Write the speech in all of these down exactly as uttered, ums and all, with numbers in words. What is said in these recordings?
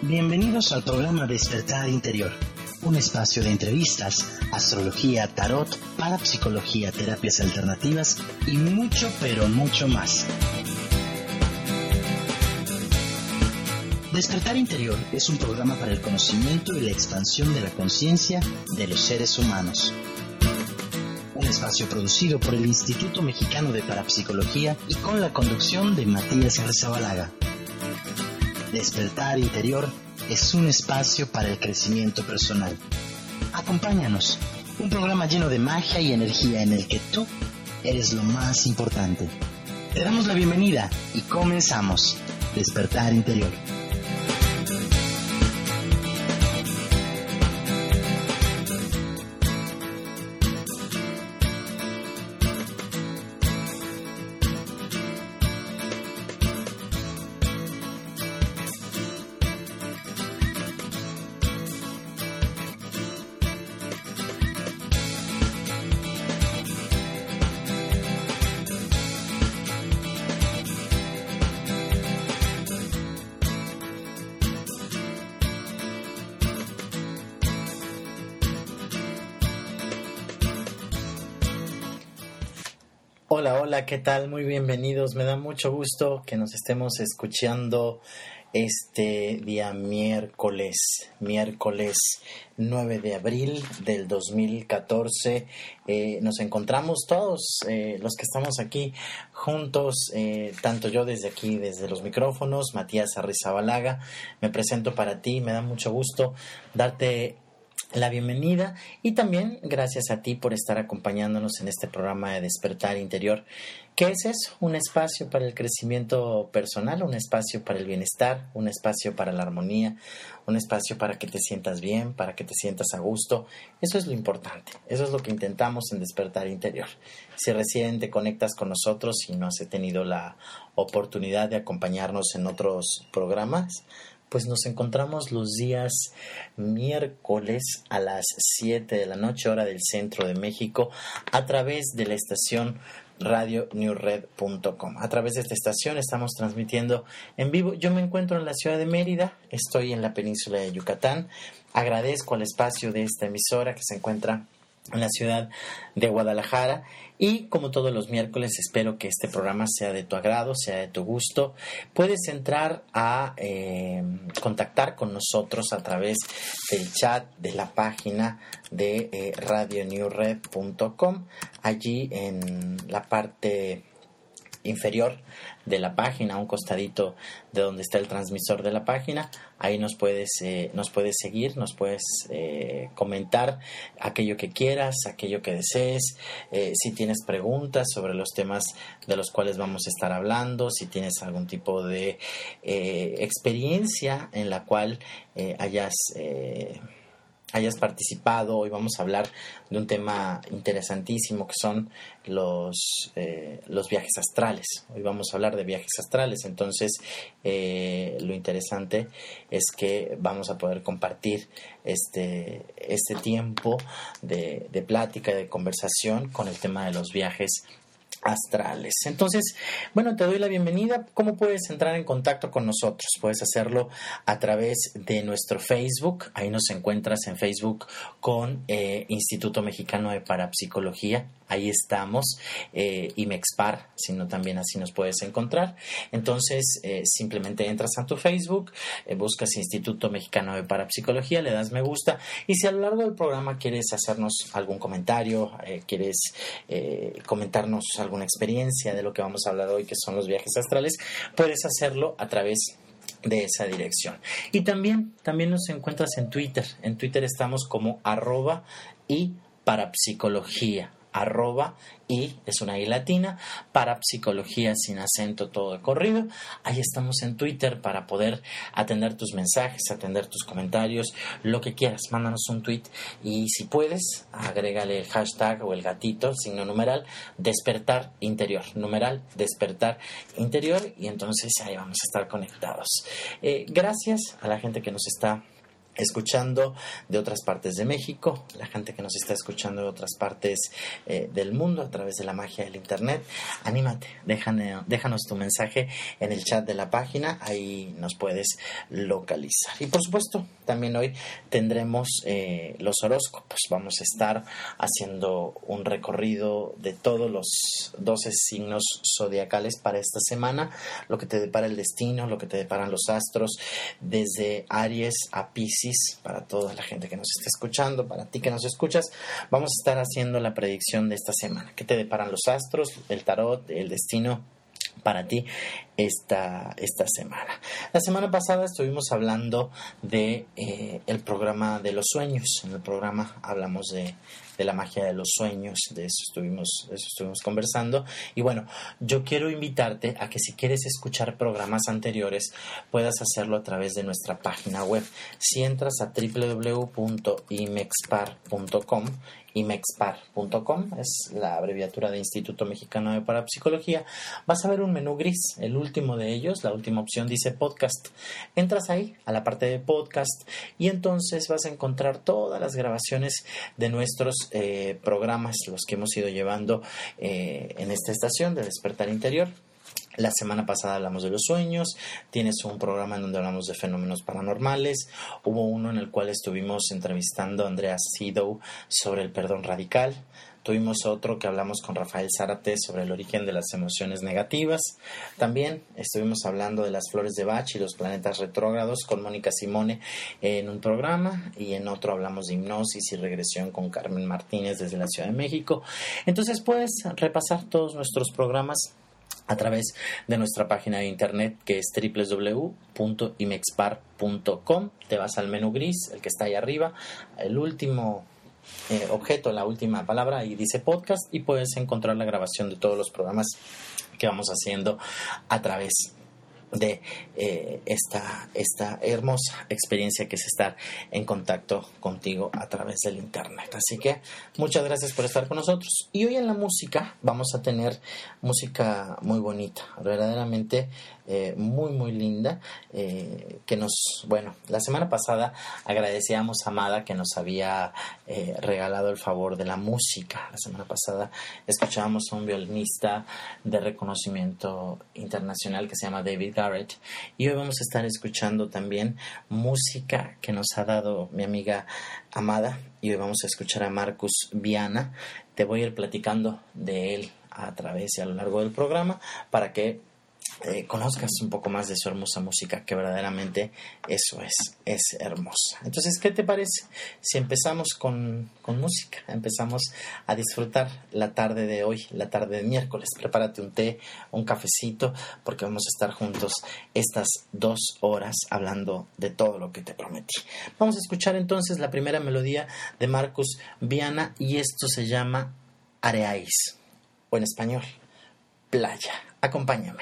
Bienvenidos al programa Despertar Interior, un espacio de entrevistas, astrología, tarot, parapsicología, terapias alternativas y mucho, pero mucho más. Despertar Interior es un programa para el conocimiento y la expansión de la conciencia de los seres humanos. Un espacio producido por el Instituto Mexicano de Parapsicología y con la conducción de Matías Arrizabalaga. Despertar Interior es un espacio para el crecimiento personal. Acompáñanos, un programa lleno de magia y energía en el que tú eres lo más importante. Te damos la bienvenida y comenzamos. Despertar Interior. Hola, hola, ¿qué tal? Muy bienvenidos. Me da mucho gusto que nos estemos escuchando este día miércoles, miércoles nueve de abril del dos mil catorce. Eh, nos encontramos todos eh, los que estamos aquí juntos, eh, tanto yo desde aquí, desde los micrófonos, Matías Arrizabalaga. Me presento para ti, me da mucho gusto darte la bienvenida y también gracias a ti por estar acompañándonos en este programa de Despertar Interior. ¿Qué es eso? Un espacio para el crecimiento personal, un espacio para el bienestar, un espacio para la armonía, un espacio para que te sientas bien, para que te sientas a gusto. Eso es lo importante, eso es lo que intentamos en Despertar Interior. Si recién te conectas con nosotros y no has tenido la oportunidad de acompañarnos en otros programas, pues nos encontramos los días miércoles a las siete de la noche, hora del centro de México, a través de la estación radio new red punto com. A través de esta estación estamos transmitiendo en vivo. Yo me encuentro en la ciudad de Mérida, estoy en la península de Yucatán. Agradezco al espacio de esta emisora que se encuentra en la ciudad de Guadalajara, y como todos los miércoles espero que este programa sea de tu agrado, sea de tu gusto. Puedes entrar a eh, contactar con nosotros a través del chat de la página de eh, radio new red punto com. Allí en la parte inferior de la página, a un costadito de donde está el transmisor de la página, ahí nos puedes eh, nos puedes seguir, nos puedes eh, comentar aquello que quieras, aquello que desees, eh, si tienes preguntas sobre los temas de los cuales vamos a estar hablando, si tienes algún tipo de eh, experiencia en la cual eh, hayas eh, hayas participado. Hoy vamos a hablar de un tema interesantísimo que son los eh, los viajes astrales. Hoy vamos a hablar de viajes astrales. Entonces eh, lo interesante es que vamos a poder compartir este este tiempo de, de plática, de conversación con el tema de los viajes astrales. Entonces, bueno, te doy la bienvenida. ¿Cómo puedes entrar en contacto con nosotros? Puedes hacerlo a través de nuestro Facebook. Ahí nos encuentras en Facebook con eh, Instituto Mexicano de Parapsicología. Ahí estamos, eh, IMEXPAR, sino también así nos puedes encontrar. Entonces, eh, simplemente entras a tu Facebook, eh, buscas Instituto Mexicano de Parapsicología, le das me gusta, y si a lo largo del programa quieres hacernos algún comentario, eh, quieres eh, comentarnos alguna experiencia de lo que vamos a hablar hoy, que son los viajes astrales, puedes hacerlo a través de esa dirección. Y también, también nos encuentras en Twitter. En Twitter estamos como arroba y parapsicología. Arroba y es una I latina, parapsicología sin acento, todo de corrido. Ahí estamos en Twitter para poder atender tus mensajes, atender tus comentarios, lo que quieras. Mándanos un tweet y si puedes, agrégale el hashtag o el gatito, signo numeral, despertar interior, numeral, despertar interior, y entonces ahí vamos a estar conectados. Eh, gracias a la gente que nos está escuchando de otras partes de México, la gente que nos está escuchando de otras partes eh, del mundo a través de la magia del internet, anímate, déjane, déjanos tu mensaje en el chat de la página, ahí nos puedes localizar. Y por supuesto, también hoy tendremos eh, los horóscopos, vamos a estar haciendo un recorrido de todos los doce signos zodiacales para esta semana, lo que te depara el destino, lo que te deparan los astros, desde Aries a Piscis. Para toda la gente que nos está escuchando, para ti que nos escuchas, vamos a estar haciendo la predicción de esta semana. ¿Qué te deparan los astros, el tarot, el destino para ti esta, esta semana? La semana pasada estuvimos hablando de eh, el programa de los sueños. En el programa hablamos de, de la magia de los sueños, de eso estuvimos, de eso estuvimos conversando. Y bueno, yo quiero invitarte a que si quieres escuchar programas anteriores, puedas hacerlo a través de nuestra página web. Si entras a doble u doble u doble u punto imexpar punto com, imexpar punto com es la abreviatura de Instituto Mexicano de Parapsicología, vas a ver un menú gris. El último de ellos, la última opción, dice podcast. Entras ahí a la parte de podcast y entonces vas a encontrar todas las grabaciones de nuestros eh, programas, los que hemos ido llevando eh, en esta estación de Despertar Interior. La semana pasada hablamos de los sueños, tienes un programa en donde hablamos de fenómenos paranormales, hubo uno en el cual estuvimos entrevistando a Andrea Sidow sobre el perdón radical, tuvimos otro que hablamos con Rafael Zárate sobre el origen de las emociones negativas, también estuvimos hablando de las flores de Bach y los planetas retrógrados con Mónica Simone en un programa, y en otro hablamos de hipnosis y regresión con Carmen Martínez desde la Ciudad de México. Entonces puedes repasar todos nuestros programas a través de nuestra página de internet, que es doble u doble u doble u punto imexpar punto com. Te vas al menú gris, el que está ahí arriba, el último eh, objeto, la última palabra, y dice podcast, y puedes encontrar la grabación de todos los programas que vamos haciendo a través de eh, esta, esta hermosa experiencia que es estar en contacto contigo a través del internet. Así que muchas gracias por estar con nosotros. Y hoy en la música vamos a tener música muy bonita, verdaderamente eh, muy muy linda, eh, que nos, bueno, la semana pasada agradecíamos a Amada que nos había eh, regalado el favor de la música. La semana pasada escuchábamos a un violinista de reconocimiento internacional que se llama David Garrett, y hoy vamos a estar escuchando también música que nos ha dado mi amiga Amada, y hoy vamos a escuchar a Marcus Viana. Te voy a ir platicando de él a través y a lo largo del programa para que Eh, conozcas un poco más de su hermosa música, que verdaderamente eso es, es hermosa. Entonces, ¿qué te parece si empezamos con, con música? Empezamos a disfrutar la tarde de hoy, la tarde de miércoles. Prepárate un té, un cafecito, porque vamos a estar juntos estas dos horas hablando de todo lo que te prometí. Vamos a escuchar entonces la primera melodía de Marcus Viana, y esto se llama Areáis, o en español, Playa. Acompáñame.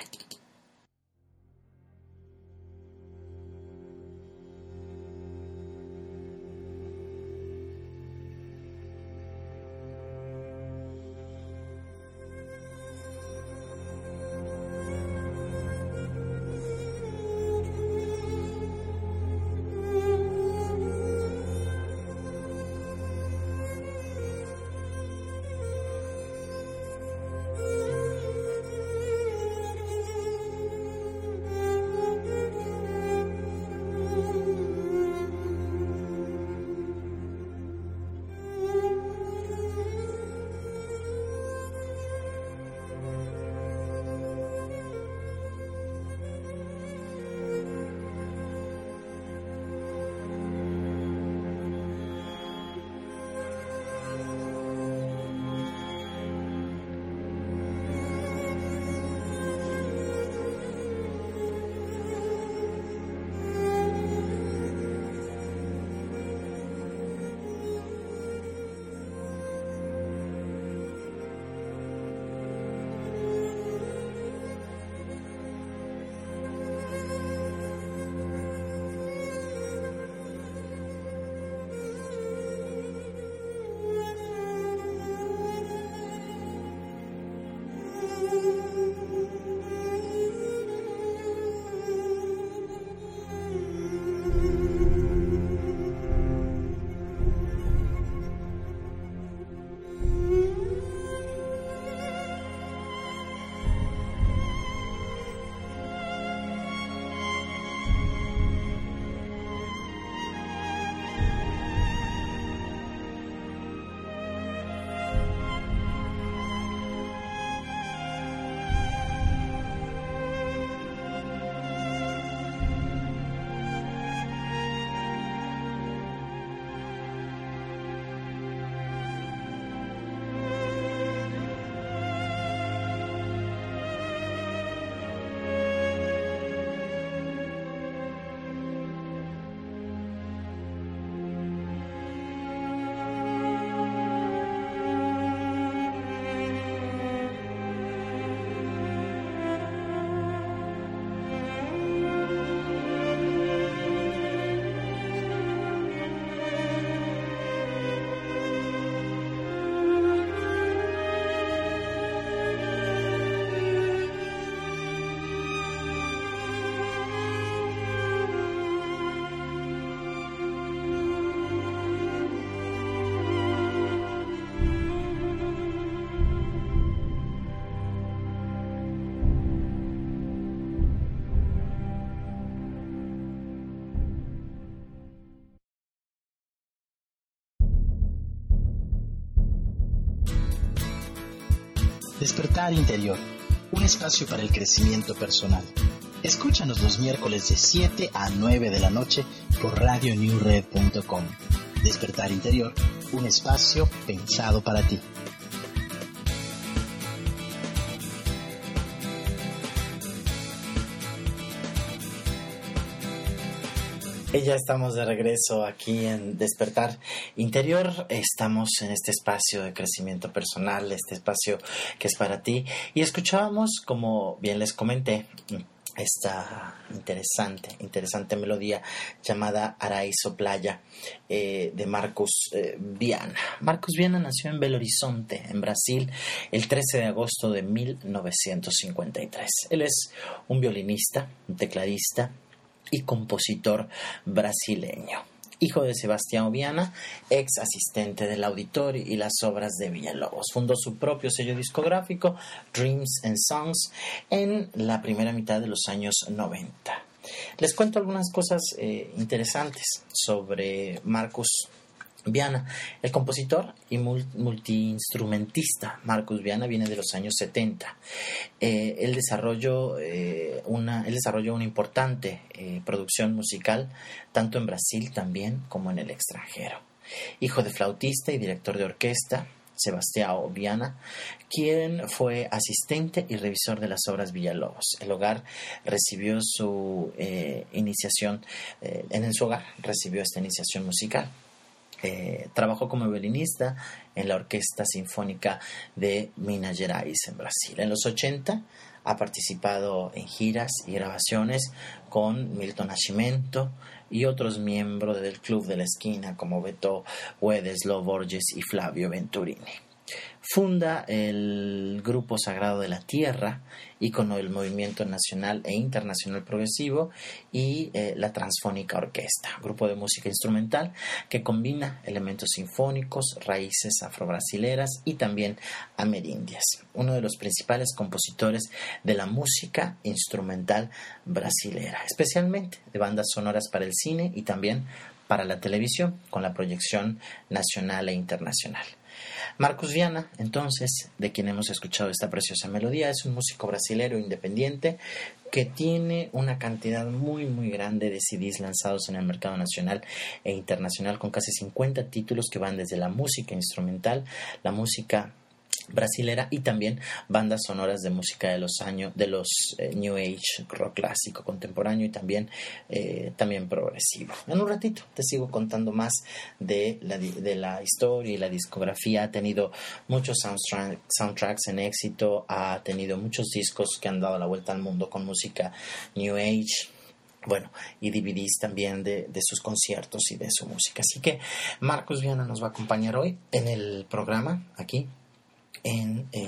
Despertar Interior, un espacio para el crecimiento personal. Escúchanos los miércoles de siete a nueve de la noche por radio new red punto com. Despertar Interior, un espacio pensado para ti. Y ya estamos de regreso aquí en Despertar Interior. Estamos en este espacio de crecimiento personal, este espacio que es para ti. Y escuchábamos, como bien les comenté, esta interesante, interesante melodía llamada Araíso Playa eh, de Marcus eh, Viana. Marcus Viana nació en Belo Horizonte, en Brasil, el trece de agosto de mil novecientos cincuenta y tres. Él es un violinista, un tecladista y compositor brasileño. Hijo de Sebastião Viana, ex asistente del Auditorio y las obras de Villalobos. Fundó su propio sello discográfico, Dreams and Songs, en la primera mitad de los años noventa. Les cuento algunas cosas eh, interesantes sobre Marcus Viana. El compositor y multiinstrumentista Marcus Viana viene de los años setenta. Eh, él, desarrolló, eh, una, él desarrolló una importante eh, producción musical tanto en Brasil también como en el extranjero. Hijo de flautista y director de orquesta, Sebastião Viana, quien fue asistente y revisor de las obras Villalobos. El hogar recibió su eh, iniciación, eh, en su hogar recibió esta iniciación musical. Eh, trabajó como violinista en la Orquesta Sinfónica de Minas Gerais en Brasil. En los ochenta ha participado en giras y grabaciones con Milton Nascimento y otros miembros del Club de la Esquina como Beto Wedeslo Borges y Flavio Venturini. Funda el Grupo Sagrado de la Tierra, ícono del movimiento nacional e internacional progresivo, y eh, la Transfónica Orquesta, grupo de música instrumental que combina elementos sinfónicos, raíces afrobrasileras y también amerindias. Uno de los principales compositores de la música instrumental brasilera, especialmente de bandas sonoras para el cine y también para la televisión, con la proyección nacional e internacional. Marcus Viana, entonces, de quien hemos escuchado esta preciosa melodía, es un músico brasilero independiente que tiene una cantidad muy muy grande de C Ds lanzados en el mercado nacional e internacional, con casi cincuenta títulos que van desde la música instrumental, la música brasilera y también bandas sonoras de música de los años de los eh, New Age, rock clásico, contemporáneo y también eh, también progresivo. En un ratito te sigo contando más de la, de la historia y la discografía. Ha tenido muchos soundtrack, soundtracks en éxito, ha tenido muchos discos que han dado la vuelta al mundo con música New Age. Bueno, y D V Ds también de, de sus conciertos y de su música. Así que Marcus Viana nos va a acompañar hoy en el programa aquí en eh,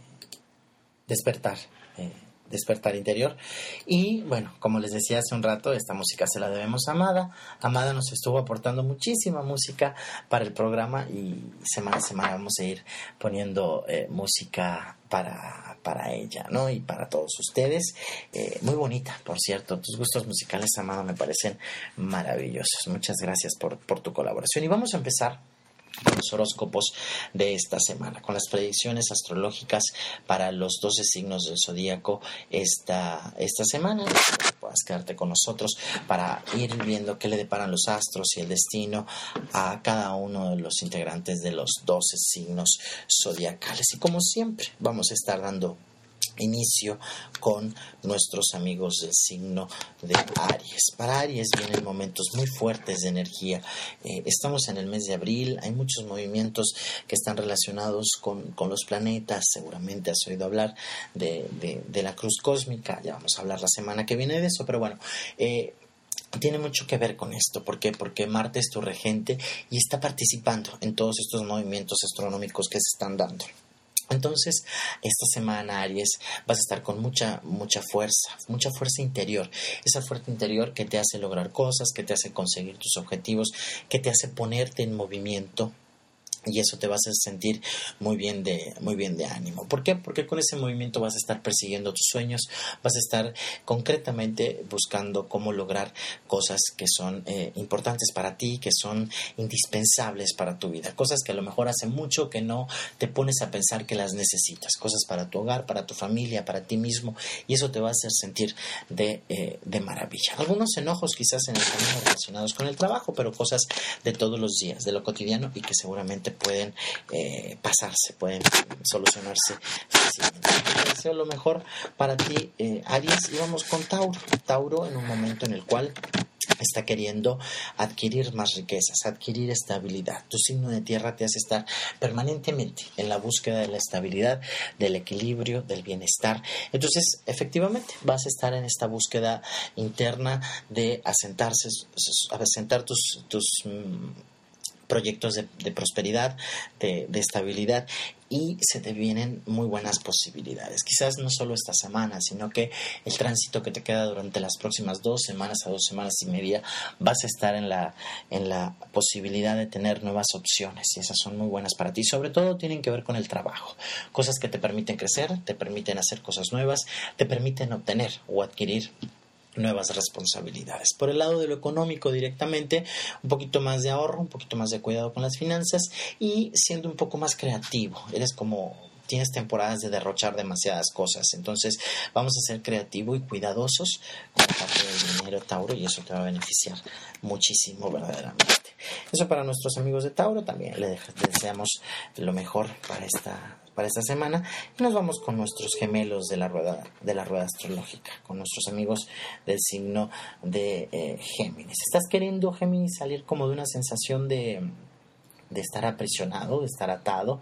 Despertar, eh, Despertar Interior. Y bueno, como les decía hace un rato, esta música se la debemos a Amada. Amada nos estuvo aportando muchísima música para el programa y semana a semana vamos a ir poniendo eh, música para, para ella, ¿no? Y para todos ustedes. Eh, muy bonita, por cierto. Tus gustos musicales, Amada, me parecen maravillosos. Muchas gracias por, por tu colaboración. Y vamos a empezar con los horóscopos de esta semana, con las predicciones astrológicas para los doce signos del zodíaco esta, esta semana. Puedas quedarte con nosotros para ir viendo qué le deparan los astros y el destino a cada uno de los integrantes de los doce signos zodiacales. Y como siempre, vamos a estar dando inicio con nuestros amigos del signo de Aries. Para Aries vienen momentos muy fuertes de energía. Eh, estamos en el mes de abril, hay muchos movimientos que están relacionados con, con los planetas. Seguramente has oído hablar de, de, de la cruz cósmica, ya vamos a hablar la semana que viene de eso, pero bueno, eh, tiene mucho que ver con esto. ¿Por qué? Porque Marte es tu regente y está participando en todos estos movimientos astronómicos que se están dando. Entonces, esta semana, Aries, vas a estar con mucha, mucha fuerza, mucha fuerza interior. Esa fuerza interior que te hace lograr cosas, que te hace conseguir tus objetivos, que te hace ponerte en movimiento y eso te va a hacer sentir muy bien de muy bien de ánimo. ¿Por qué? Porque con ese movimiento vas a estar persiguiendo tus sueños, vas a estar concretamente buscando cómo lograr cosas que son eh, importantes para ti, que son indispensables para tu vida, cosas que a lo mejor hace mucho que no te pones a pensar que las necesitas, cosas para tu hogar, para tu familia, para ti mismo, y eso te va a hacer sentir de, eh, de maravilla. Algunos enojos quizás en el camino relacionados con el trabajo, pero cosas de todos los días, de lo cotidiano, y que seguramente pueden eh, pasarse, pueden solucionarse fácilmente. Te deseo lo mejor para ti, eh, Aries, y vamos con Tauro. Tauro en un momento en el cual está queriendo adquirir más riquezas, adquirir estabilidad. Tu signo de tierra te hace estar permanentemente en la búsqueda de la estabilidad, del equilibrio, del bienestar. Entonces, efectivamente, vas a estar en esta búsqueda interna de asentarse, asentar tus, tus mmm, proyectos de, de prosperidad, de, de estabilidad, y se te vienen muy buenas posibilidades. Quizás no solo esta semana, sino que el tránsito que te queda durante las próximas dos semanas a dos semanas y media, vas a estar en la, en la posibilidad de tener nuevas opciones, y esas son muy buenas para ti. Sobre todo tienen que ver con el trabajo, cosas que te permiten crecer, te permiten hacer cosas nuevas, te permiten obtener o adquirir nuevas responsabilidades. Por el lado de lo económico directamente, un poquito más de ahorro, un poquito más de cuidado con las finanzas y siendo un poco más creativo. Eres como... tienes temporadas de derrochar demasiadas cosas, entonces vamos a ser creativos y cuidadosos con la parte del dinero, Tauro, y eso te va a beneficiar muchísimo verdaderamente. Eso para nuestros amigos de Tauro, también les deseamos lo mejor para esta para esta semana, y nos vamos con nuestros gemelos de la rueda de la rueda astrológica, con nuestros amigos del signo de eh, Géminis. ¿Estás queriendo, Géminis, salir como de una sensación de de estar aprisionado, de estar atado,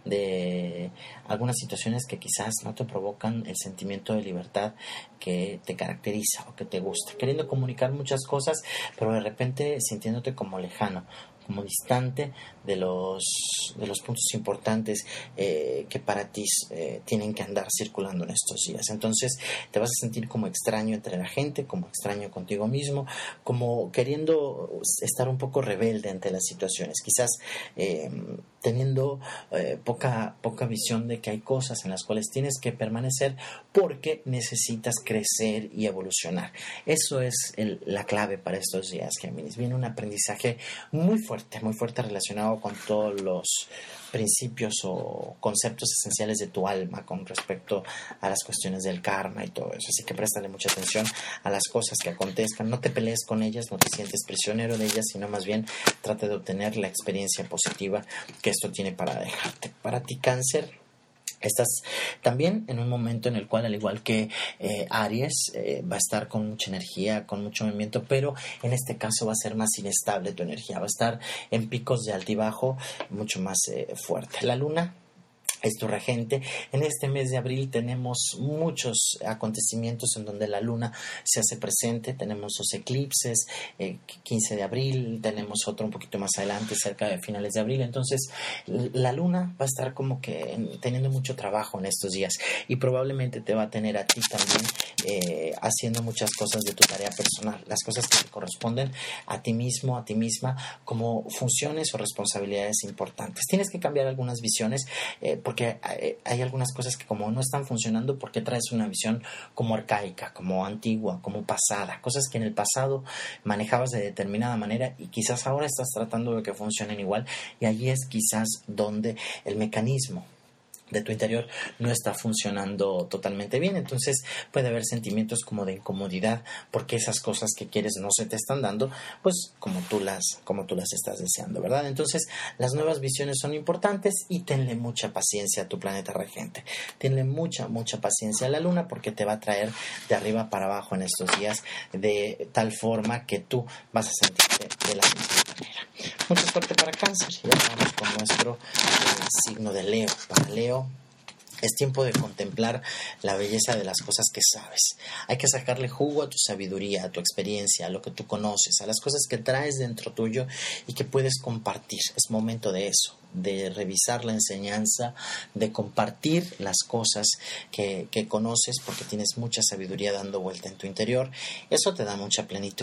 de algunas situaciones que quizás no te provocan el sentimiento de libertad que te caracteriza o que te gusta, queriendo comunicar muchas cosas, pero de repente sintiéndote como lejano, como distante de los, de los puntos importantes eh, que para ti eh, tienen que andar circulando en estos días? Entonces te vas a sentir como extraño entre la gente, como extraño contigo mismo, como queriendo estar un poco rebelde ante las situaciones, quizás eh, teniendo eh, poca, poca visión de que hay cosas en las cuales tienes que permanecer porque necesitas crecer y evolucionar. Eso es el, la clave para estos días, Géminis. Viene un aprendizaje muy fuerte, muy fuerte relacionado con todos los principios o conceptos esenciales de tu alma con respecto a las cuestiones del karma y todo eso. Así que préstale mucha atención a las cosas que acontezcan. No te pelees con ellas, no te sientes prisionero de ellas, sino más bien trate de obtener la experiencia positiva que esto tiene para dejarte. Para ti, Cáncer, estás también en un momento en el cual, al igual que eh, Aries, eh, va a estar con mucha energía, con mucho movimiento, pero en este caso va a ser más inestable tu energía, va a estar en picos de altibajo mucho más eh, fuerte. La luna es tu regente. En este mes de abril tenemos muchos acontecimientos en donde la luna se hace presente. Tenemos los eclipses, eh, quince de abril, tenemos otro un poquito más adelante, cerca de finales de abril. Entonces la luna va a estar como que teniendo mucho trabajo en estos días, y probablemente te va a tener a ti también eh, haciendo muchas cosas de tu tarea personal, las cosas que te corresponden a ti mismo, a ti misma, como funciones o responsabilidades importantes. Tienes que cambiar algunas visiones eh, porque hay, hay algunas cosas que como no están funcionando porque traes una visión como arcaica, como antigua, como pasada, cosas que en el pasado manejabas de determinada manera y quizás ahora estás tratando de que funcionen igual, y allí es quizás donde el mecanismo de tu interior no está funcionando totalmente bien. Entonces puede haber sentimientos como de incomodidad porque esas cosas que quieres no se te están dando pues como tú las, como tú las estás deseando, ¿verdad? Entonces las nuevas visiones son importantes, y tenle mucha paciencia a tu planeta regente, tenle mucha, mucha paciencia a la luna, porque te va a traer de arriba para abajo en estos días de tal forma que tú vas a sentirte de la misma manera. Mucha suerte para Cáncer. Y ahora vamos con nuestro eh, signo de Leo. Para Leo es tiempo de contemplar la belleza de las cosas que sabes. Hay que sacarle jugo a tu sabiduría, a tu experiencia, a lo que tú conoces, a las cosas que traes dentro tuyo y que puedes compartir. Es momento de eso, de revisar la enseñanza, de compartir las cosas que, que conoces, porque tienes mucha sabiduría dando vuelta en tu interior. Eso te da mucha plenitud.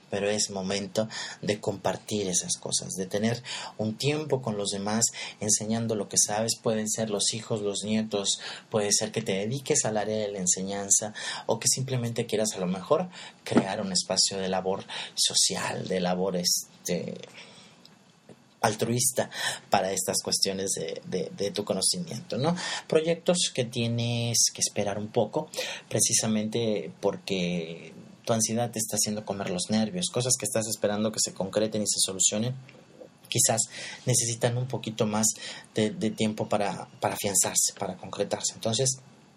pero es momento de compartir esas cosas, de tener un tiempo con los demás enseñando lo que sabes. Pueden ser los hijos, los nietos, puede ser que te dediques al área de la enseñanza o que simplemente quieras a lo mejor crear un espacio de labor social, de labor este altruista para estas cuestiones de, de, de tu conocimiento, ¿no? Proyectos que tienes que esperar un poco, precisamente porque tu ansiedad te está haciendo comer los nervios, cosas que estás esperando que se concreten y se solucionen. Quizás necesitan un poquito más de, de tiempo para, para afianzarse, para concretarse. Entonces,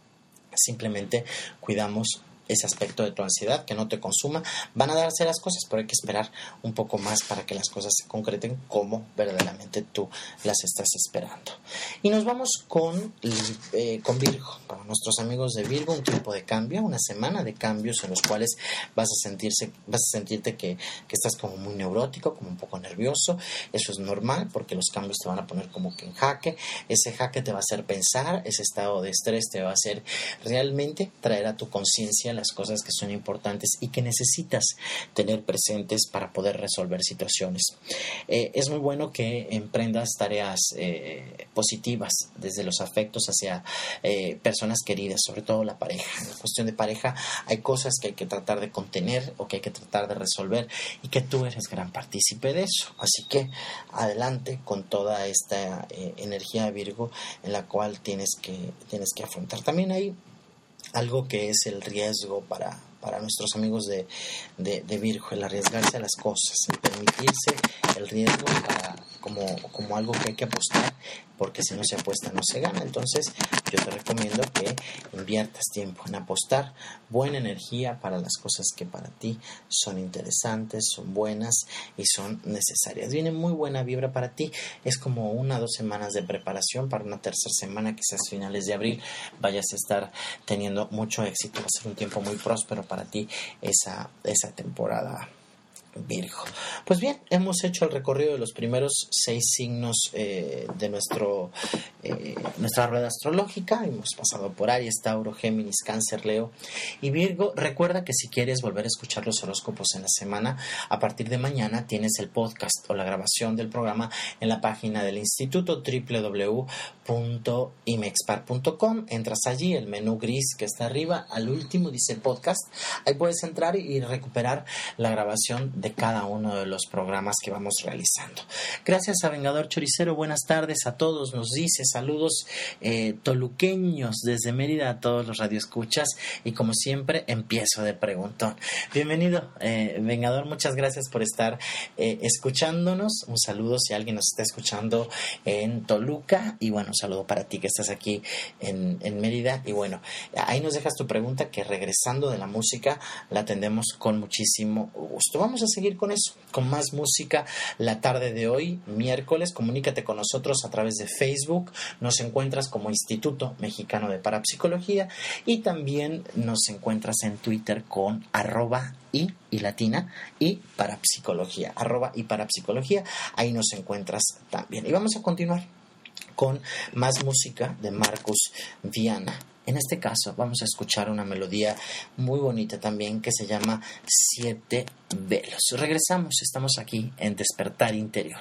simplemente cuidamos ese aspecto de tu ansiedad, que no te consuma. Van a darse las cosas, pero hay que esperar un poco más para que las cosas se concreten como verdaderamente tú las estás esperando. Y nos vamos con, eh, con Virgo. Para nuestros amigos de Virgo, un tiempo de cambio, una semana de cambios en los cuales vas a sentirse, vas a sentirte que, que estás como muy neurótico, como un poco nervioso. Eso es normal porque los cambios te van a poner como que en jaque. Ese jaque te va a hacer pensar, ese estado de estrés te va a hacer realmente traer a tu conciencia las cosas que son importantes y que necesitas tener presentes para poder resolver situaciones. Eh, es muy bueno que emprendas tareas eh, positivas desde los afectos hacia eh, personas queridas, sobre todo la pareja. En la cuestión de pareja hay cosas que hay que tratar de contener o que hay que tratar de resolver y que tú eres gran partícipe de eso. Así que adelante con toda esta eh, energía de Virgo en la cual tienes que, tienes que afrontar. También hay algo que es el riesgo para, para nuestros amigos de, de, de Virgo, el arriesgarse a las cosas, el permitirse el riesgo para, como, como algo que hay que apostar, porque si no se apuesta no se gana. Entonces yo te recomiendo que inviertas tiempo en apostar buena energía para las cosas que para ti son interesantes, son buenas y son necesarias. Viene muy buena vibra para ti. Es como una o dos semanas de preparación para una tercera semana, quizás finales de abril vayas a estar teniendo mucho éxito. Va a ser un tiempo muy próspero para ti esa, esa temporada, Virgo. Pues bien, hemos hecho el recorrido de los primeros seis signos eh, de nuestro eh, nuestra rueda astrológica. Hemos pasado por Aries, Tauro, Géminis, Cáncer, Leo y Virgo. Recuerda que si quieres volver a escuchar los horóscopos en la semana, a partir de mañana tienes el podcast o la grabación del programa en la página del instituto doble u doble u doble u punto imexpar punto com. Entras allí, el menú gris que está arriba, al último dice podcast. Ahí puedes entrar y recuperar la grabación de cada uno de los programas que vamos realizando. Gracias a Vengador Choricero, buenas tardes a todos, nos dice saludos eh, toluqueños desde Mérida a todos los radioescuchas y como siempre empiezo de preguntón. Bienvenido eh, Vengador, muchas gracias por estar eh, escuchándonos. Un saludo si alguien nos está escuchando en Toluca y bueno, un saludo para ti que estás aquí en, en Mérida y bueno, ahí nos dejas tu pregunta que regresando de la música la atendemos con muchísimo gusto. Vamos a seguir con eso, con más música la tarde de hoy, miércoles. Comunícate con nosotros a través de Facebook, nos encuentras como Instituto Mexicano de Parapsicología y también nos encuentras en Twitter con arroba y, y latina y parapsicología, arroba y parapsicología, ahí nos encuentras también. Y vamos a continuar con más música de Marcus Viana. En este caso vamos a escuchar una melodía muy bonita también que se llama Siete Velos. Regresamos, estamos aquí en Despertar Interior.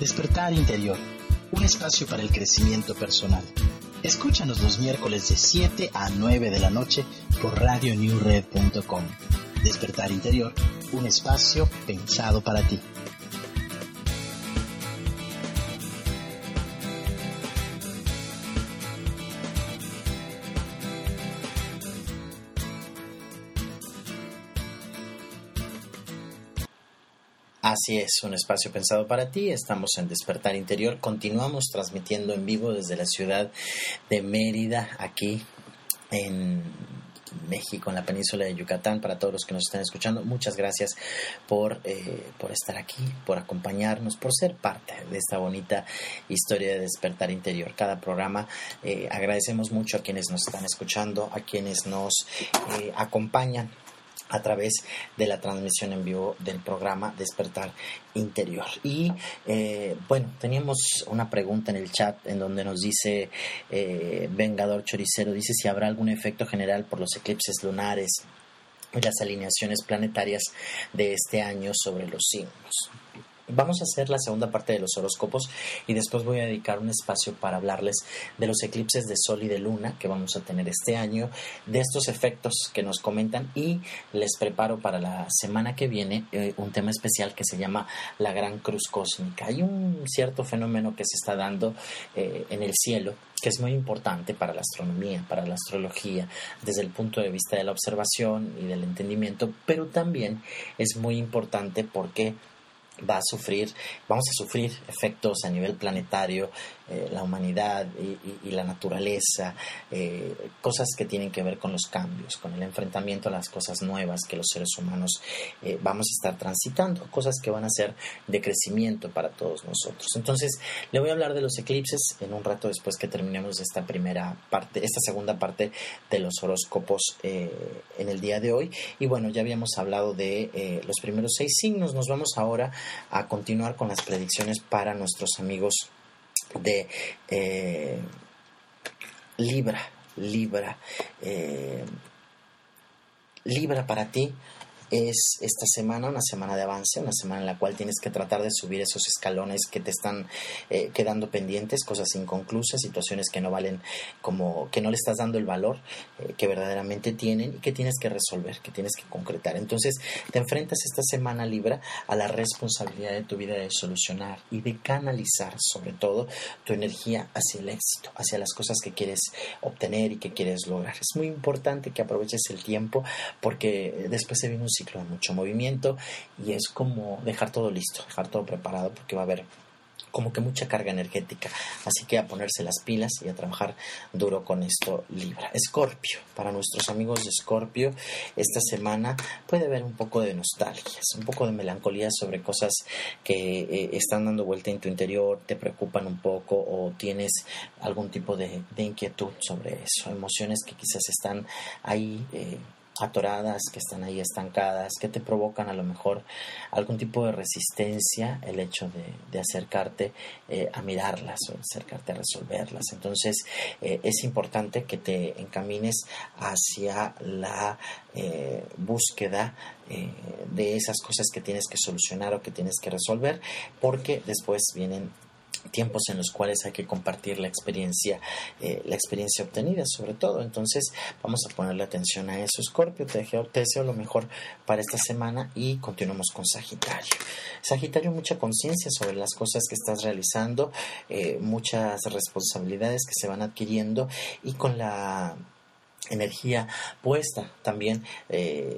Despertar Interior, un espacio para el crecimiento personal. Escúchanos los miércoles de siete a nueve de la noche por radio new red punto com. Despertar Interior, un espacio pensado para ti. Así es, un espacio pensado para ti. Estamos en Despertar Interior. Continuamos transmitiendo en vivo desde la ciudad de Mérida, aquí en México, en la península de Yucatán. Para todos los que nos están escuchando, muchas gracias por, eh, por estar aquí, por acompañarnos, por ser parte de esta bonita historia de Despertar Interior. Cada programa eh, agradecemos mucho a quienes nos están escuchando, a quienes nos eh, acompañan a través de la transmisión en vivo del programa Despertar Interior. Y eh, bueno, teníamos una pregunta en el chat en donde nos dice eh, Vengador Choricero, dice si habrá algún efecto general por los eclipses lunares y las alineaciones planetarias de este año sobre los signos. Vamos a hacer la segunda parte de los horóscopos y después voy a dedicar un espacio para hablarles de los eclipses de sol y de luna que vamos a tener este año, de estos efectos que nos comentan, y les preparo para la semana que viene eh, un tema especial que se llama la Gran Cruz Cósmica. Hay un cierto fenómeno que se está dando eh, en el cielo que es muy importante para la astronomía, para la astrología, desde el punto de vista de la observación y del entendimiento, pero también es muy importante porque va a sufrir, vamos a sufrir efectos a nivel planetario, eh, la humanidad y, y, y la naturaleza, eh, cosas que tienen que ver con los cambios, con el enfrentamiento a las cosas nuevas que los seres humanos eh, vamos a estar transitando, cosas que van a ser de crecimiento para todos nosotros. Entonces, le voy a hablar de los eclipses en un rato después que terminemos esta primera parte, esta segunda parte de los horóscopos eh, en el día de hoy. Y bueno, ya habíamos hablado de eh, los primeros seis signos. Nos vamos ahora a continuar con las predicciones para nuestros amigos de eh, Libra. Libra. Eh, Libra para ti es esta semana una semana de avance, una semana en la cual tienes que tratar de subir esos escalones que te están eh, quedando pendientes, cosas inconclusas, situaciones que no valen, como que no le estás dando el valor eh, que verdaderamente tienen y que tienes que resolver, que tienes que concretar. Entonces te enfrentas esta semana, Libra, a la responsabilidad de tu vida de solucionar y de canalizar sobre todo tu energía hacia el éxito, hacia las cosas que quieres obtener y que quieres lograr. Es muy importante que aproveches el tiempo porque después se viene un ciclo de mucho movimiento y es como dejar todo listo, dejar todo preparado, porque va a haber como que mucha carga energética, así que a ponerse las pilas y a trabajar duro con esto, Libra. Escorpio, para nuestros amigos de Escorpio, esta semana puede haber un poco de nostalgias, un poco de melancolía sobre cosas que eh, están dando vuelta en tu interior, te preocupan un poco o tienes algún tipo de, de inquietud sobre eso, emociones que quizás están ahí eh, atoradas, que están ahí estancadas, que te provocan a lo mejor algún tipo de resistencia, el hecho de, de acercarte eh, a mirarlas o acercarte a resolverlas. Entonces eh, es importante que te encamines hacia la eh, búsqueda eh, de esas cosas que tienes que solucionar o que tienes que resolver, porque después vienen tiempos en los cuales hay que compartir la experiencia, eh, la experiencia obtenida sobre todo. Entonces vamos a ponerle atención a eso, Escorpio. Te deseo, te deseo lo mejor para esta semana y continuamos con Sagitario. Sagitario, mucha conciencia sobre las cosas que estás realizando, eh, muchas responsabilidades que se van adquiriendo y con la energía puesta también eh,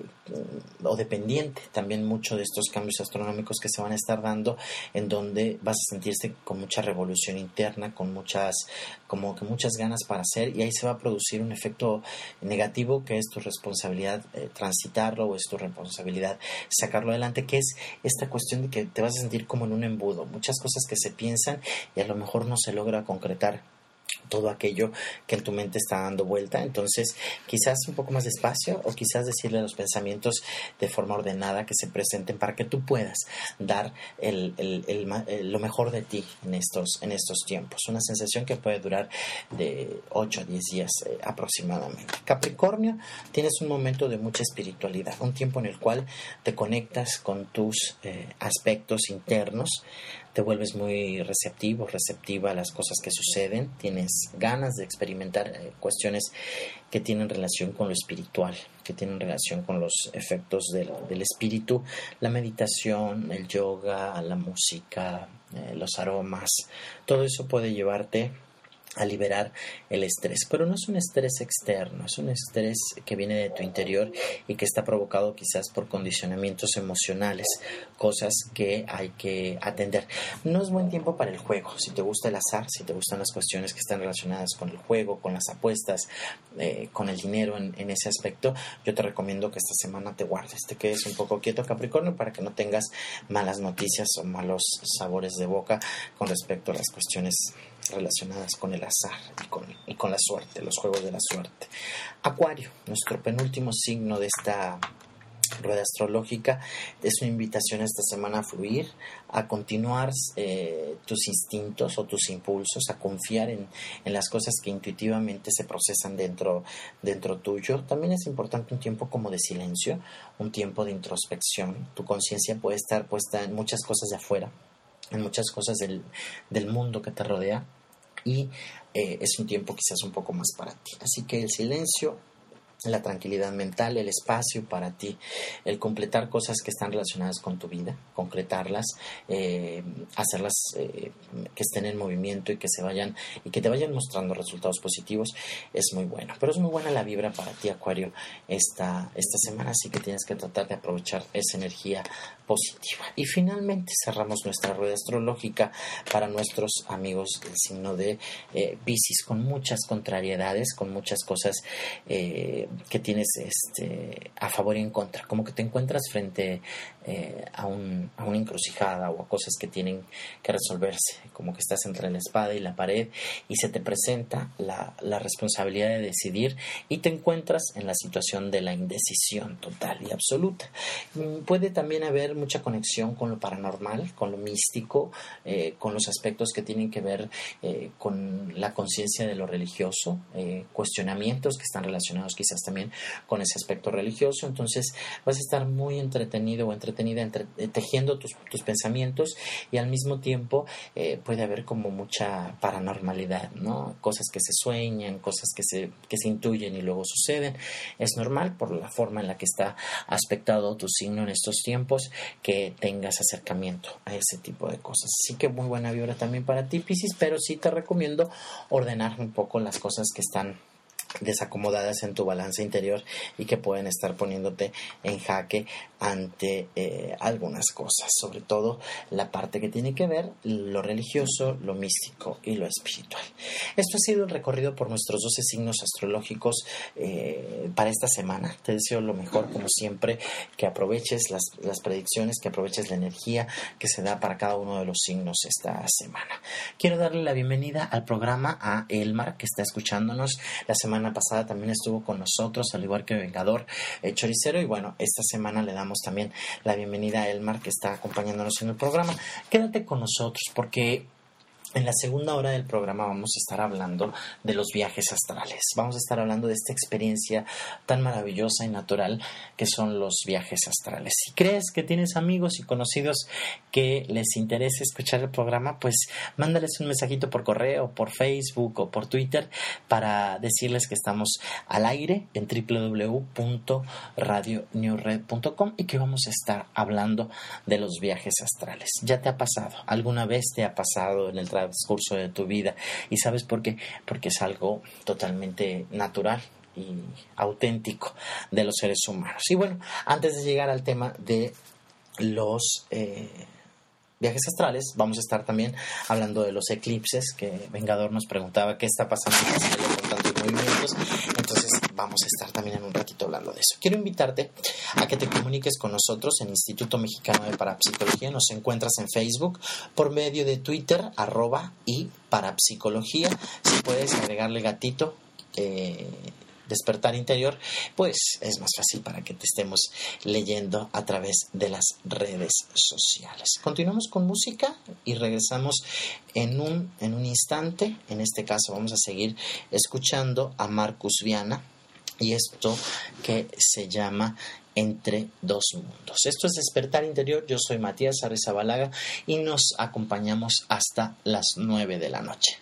o dependiente también mucho de estos cambios astronómicos que se van a estar dando, en donde vas a sentirse con mucha revolución interna, con muchas como que muchas ganas para hacer, y ahí se va a producir un efecto negativo que es tu responsabilidad eh, transitarlo, o es tu responsabilidad sacarlo adelante, que es esta cuestión de que te vas a sentir como en un embudo, muchas cosas que se piensan y a lo mejor no se logra concretar todo aquello que en tu mente está dando vuelta. Entonces quizás un poco más despacio, o quizás decirle a los pensamientos de forma ordenada que se presenten para que tú puedas dar el, el, el, el, lo mejor de ti en estos, en estos tiempos. Una sensación que puede durar de ocho a diez días eh, aproximadamente. Capricornio, tienes un momento de mucha espiritualidad, un tiempo en el cual te conectas con tus eh, aspectos internos, te vuelves muy receptivo, receptiva a las cosas que suceden, tienes ganas de experimentar eh, cuestiones que tienen relación con lo espiritual, que tienen relación con los efectos del, del espíritu, la meditación, el yoga, la música, eh, los aromas, todo eso puede llevarte a liberar el estrés, pero no es un estrés externo, es un estrés que viene de tu interior y que está provocado quizás por condicionamientos emocionales, cosas que hay que atender. No es buen tiempo para el juego. Si te gusta el azar, si te gustan las cuestiones que están relacionadas con el juego, con las apuestas, eh, con el dinero en, en ese aspecto, yo te recomiendo que esta semana te guardes, te quedes un poco quieto, Capricornio, para que no tengas malas noticias o malos sabores de boca con respecto a las cuestiones relacionadas con el azar y con, y con la suerte, los juegos de la suerte. Acuario, nuestro penúltimo signo de esta rueda astrológica, es una invitación esta semana a fluir, a continuar eh, tus instintos o tus impulsos, a confiar en, en las cosas que intuitivamente se procesan dentro, dentro tuyo. También es importante un tiempo como de silencio, un tiempo de introspección. Tu conciencia puede estar puesta en muchas cosas de afuera, en muchas cosas del, del mundo que te rodea, y eh, es un tiempo quizás un poco más para ti. Así que el silencio, la tranquilidad mental, el espacio para ti, el completar cosas que están relacionadas con tu vida, concretarlas, eh, hacerlas eh, que estén en movimiento y que se vayan y que te vayan mostrando resultados positivos, es muy bueno. Pero es muy buena la vibra para ti, Acuario, esta, esta semana, así que tienes que tratar de aprovechar esa energía positiva. Y finalmente cerramos nuestra rueda astrológica para nuestros amigos del signo de eh, Piscis, con muchas contrariedades, con muchas cosas eh, que tienes este, a favor y en contra, como que te encuentras frente eh, a, un, a una encrucijada o a cosas que tienen que resolverse, como que estás entre la espada y la pared y se te presenta la, la responsabilidad de decidir y te encuentras en la situación de la indecisión total y absoluta. Puede también haber mucha conexión con lo paranormal, con lo místico, eh, con los aspectos que tienen que ver eh, con la conciencia de lo religioso, eh, cuestionamientos que están relacionados quizás también con ese aspecto religioso. Entonces vas a estar muy entretenido o entretenida entre, eh, tejiendo tus, tus pensamientos, y al mismo tiempo eh, puede haber como mucha paranormalidad, ¿no? Cosas que se sueñan, cosas que se, que se intuyen y luego suceden. Es normal por la forma en la que está aspectado tu signo en estos tiempos que tengas acercamiento a ese tipo de cosas. Así que muy buena vibra también para ti, Piscis, pero sí te recomiendo ordenar un poco las cosas que están desacomodadas en tu balanza interior y que pueden estar poniéndote en jaque ante eh, algunas cosas, sobre todo la parte que tiene que ver lo religioso, lo místico y lo espiritual. Esto ha sido el recorrido por nuestros doce signos astrológicos eh, para esta semana. Te deseo lo mejor, como siempre, que aproveches las, las predicciones, que aproveches la energía que se da para cada uno de los signos esta semana. Quiero darle la bienvenida al programa a Elmar, que está escuchándonos. La semana pasada también estuvo con nosotros, al igual que Vengador eh, Choricero, y bueno, esta semana le damos también la bienvenida a Elmar, que está acompañándonos en el programa. Quédate con nosotros porque en la segunda hora del programa vamos a estar hablando de los viajes astrales. Vamos a estar hablando de esta experiencia tan maravillosa y natural que son los viajes astrales. Si crees que tienes amigos y conocidos que les interese escuchar el programa, pues mándales un mensajito por correo, por Facebook o por Twitter para decirles que estamos al aire en doble u doble u doble u punto radio new red punto com y que vamos a estar hablando de los viajes astrales. ¿Ya te ha pasado? ¿Alguna vez te ha pasado en el transcurso de tu vida? ¿Y sabes por qué? Porque es algo totalmente natural y auténtico de los seres humanos. Y bueno, antes de llegar al tema de los eh, viajes astrales, vamos a estar también hablando de los eclipses, que Vengador nos preguntaba qué está pasando con tantos movimientos. Entonces vamos a estar también en un ratito hablando de eso. Quiero invitarte a que te comuniques con nosotros en Instituto Mexicano de Parapsicología. Nos encuentras en Facebook por medio de Twitter, arroba y parapsicología. Si puedes agregarle gatito, eh, despertar interior, pues es más fácil para que te estemos leyendo a través de las redes sociales. Continuamos con música y regresamos en un, en un instante. En este caso vamos a seguir escuchando a Marcus Viana y esto que se llama Entre dos mundos. Esto es Despertar Interior. Yo soy Matías Arrizabalaga y nos acompañamos hasta las nueve de la noche.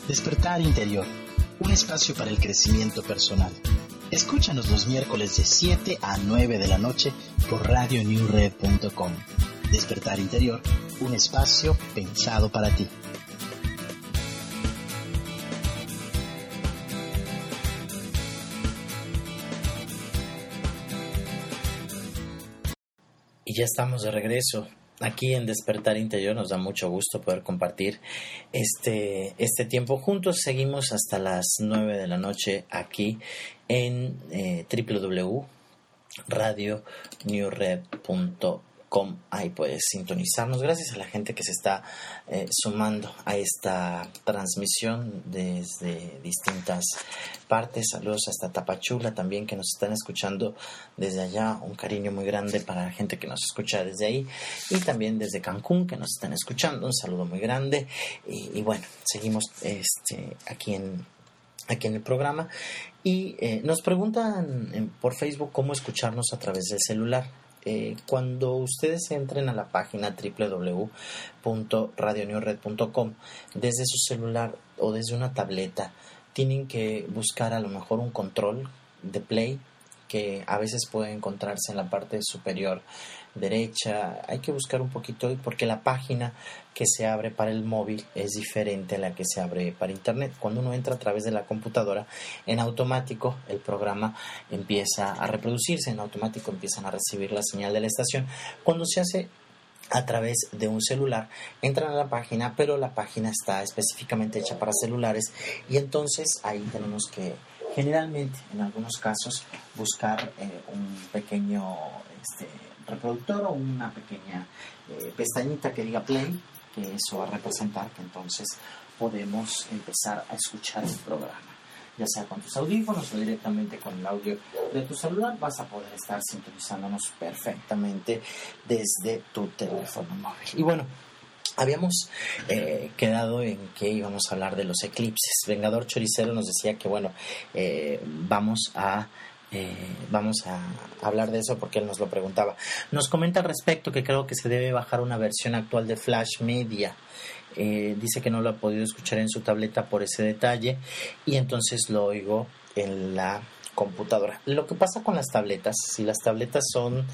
Despertar Interior, un espacio para el crecimiento personal. Escúchanos los miércoles de siete a nueve de la noche por radio new red punto com. Despertar Interior, un espacio pensado para ti. Y ya estamos de regreso aquí en Despertar Interior. Nos da mucho gusto poder compartir este, este tiempo juntos. Seguimos hasta las nueve de la noche aquí en eh, doble u doble u doble u punto radio new red punto com. Ahí puedes sintonizarnos. Gracias a la gente que se está eh, sumando a esta transmisión desde distintas partes. Saludos hasta Tapachula también, que nos están escuchando desde allá. Un cariño muy grande para la gente que nos escucha desde ahí, y también desde Cancún, que nos están escuchando. Un saludo muy grande. Y, y bueno, seguimos este aquí en aquí en el programa, y eh, nos preguntan en, por Facebook cómo escucharnos a través del celular. Eh, cuando ustedes entren a la página doble u doble u doble u punto radio new red punto com, desde su celular o desde una tableta tienen que buscar a lo mejor un control de play, que a veces puede encontrarse en la parte superior derecha. Hay que buscar un poquito, porque la página que se abre para el móvil es diferente a la que se abre para internet. Cuando uno entra a través de la computadora, en automático el programa empieza a reproducirse, en automático empiezan a recibir la señal de la estación. Cuando se hace a través de un celular, entran a la página, pero la página está específicamente hecha para celulares, y entonces ahí tenemos que, generalmente, en algunos casos, buscar eh, un pequeño este, reproductor o una pequeña eh, pestañita que diga play, que eso va a representar que entonces podemos empezar a escuchar el programa. Ya sea con tus audífonos o directamente con el audio de tu celular, vas a poder estar sintonizándonos perfectamente desde tu teléfono móvil. Y bueno, habíamos eh, quedado en que íbamos a hablar de los eclipses. Vengador Choricero nos decía que bueno, eh, vamos a eh, vamos a hablar de eso porque él nos lo preguntaba. Nos comenta al respecto que creo que se debe bajar una versión actual de Flash Media. Eh, dice que no lo ha podido escuchar en su tableta por ese detalle, y entonces lo oigo en la computadora. Lo que pasa con las tabletas, si las tabletas son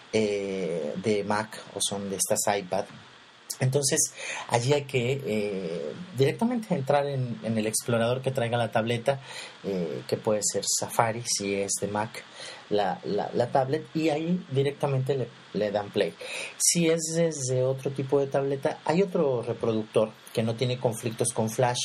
eh, de Mac o son de estas iPad, entonces allí hay que eh, directamente entrar en, en el explorador que traiga la tableta, eh, que puede ser Safari si es de Mac la, la, la tablet, y ahí directamente le, le dan play. Si es desde otro tipo de tableta, hay otro reproductor que no tiene conflictos con Flash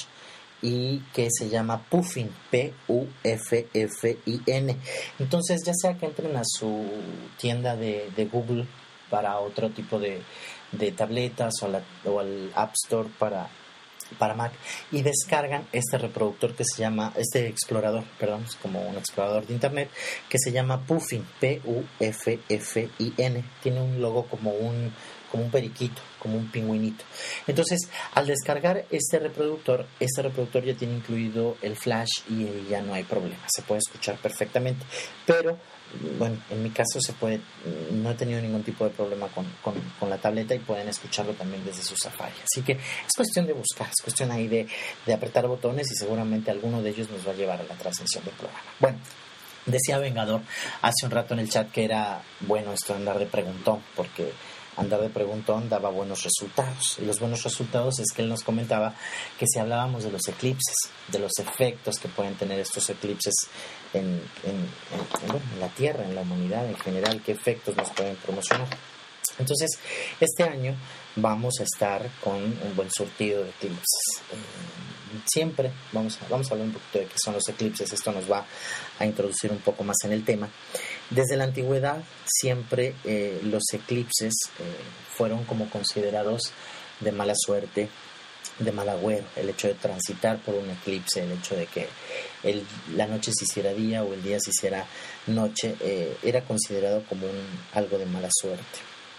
y que se llama Puffin, P U F F I N. Entonces, ya sea que entren a su tienda de, de Google para otro tipo de de tabletas o, la, o al App Store para, para Mac, y descargan este reproductor que se llama, este explorador, perdón, es como un explorador de internet que se llama Puffin, P U F F I N. Tiene un logo como un, como un periquito, como un pingüinito. Entonces, al descargar este reproductor, este reproductor ya tiene incluido el Flash y ya no hay problema, se puede escuchar perfectamente. Pero bueno, en mi caso se puede, no he tenido ningún tipo de problema con, con, con la tableta, y pueden escucharlo también desde su Safari. Así que es cuestión de buscar, es cuestión ahí de, de apretar botones, y seguramente alguno de ellos nos va a llevar a la transmisión del programa. Bueno, decía Vengador hace un rato en el chat que era bueno esto de andar de preguntón, porque andar de preguntón daba buenos resultados, y los buenos resultados es que él nos comentaba que si hablábamos de los eclipses, de los efectos que pueden tener estos eclipses en, en, en, en, bueno, en la Tierra, en la humanidad en general, qué efectos nos pueden promocionar. Entonces, este año vamos a estar con un buen surtido de eclipses. Eh, siempre vamos a, vamos a hablar un poquito de qué son los eclipses. Esto nos va a introducir un poco más en el tema. Desde la antigüedad siempre eh, los eclipses eh, fueron como considerados de mala suerte, de mal agüero. El hecho de transitar por un eclipse, el hecho de que el, la noche se hiciera día o el día se hiciera noche, eh, era considerado como un, algo de mala suerte.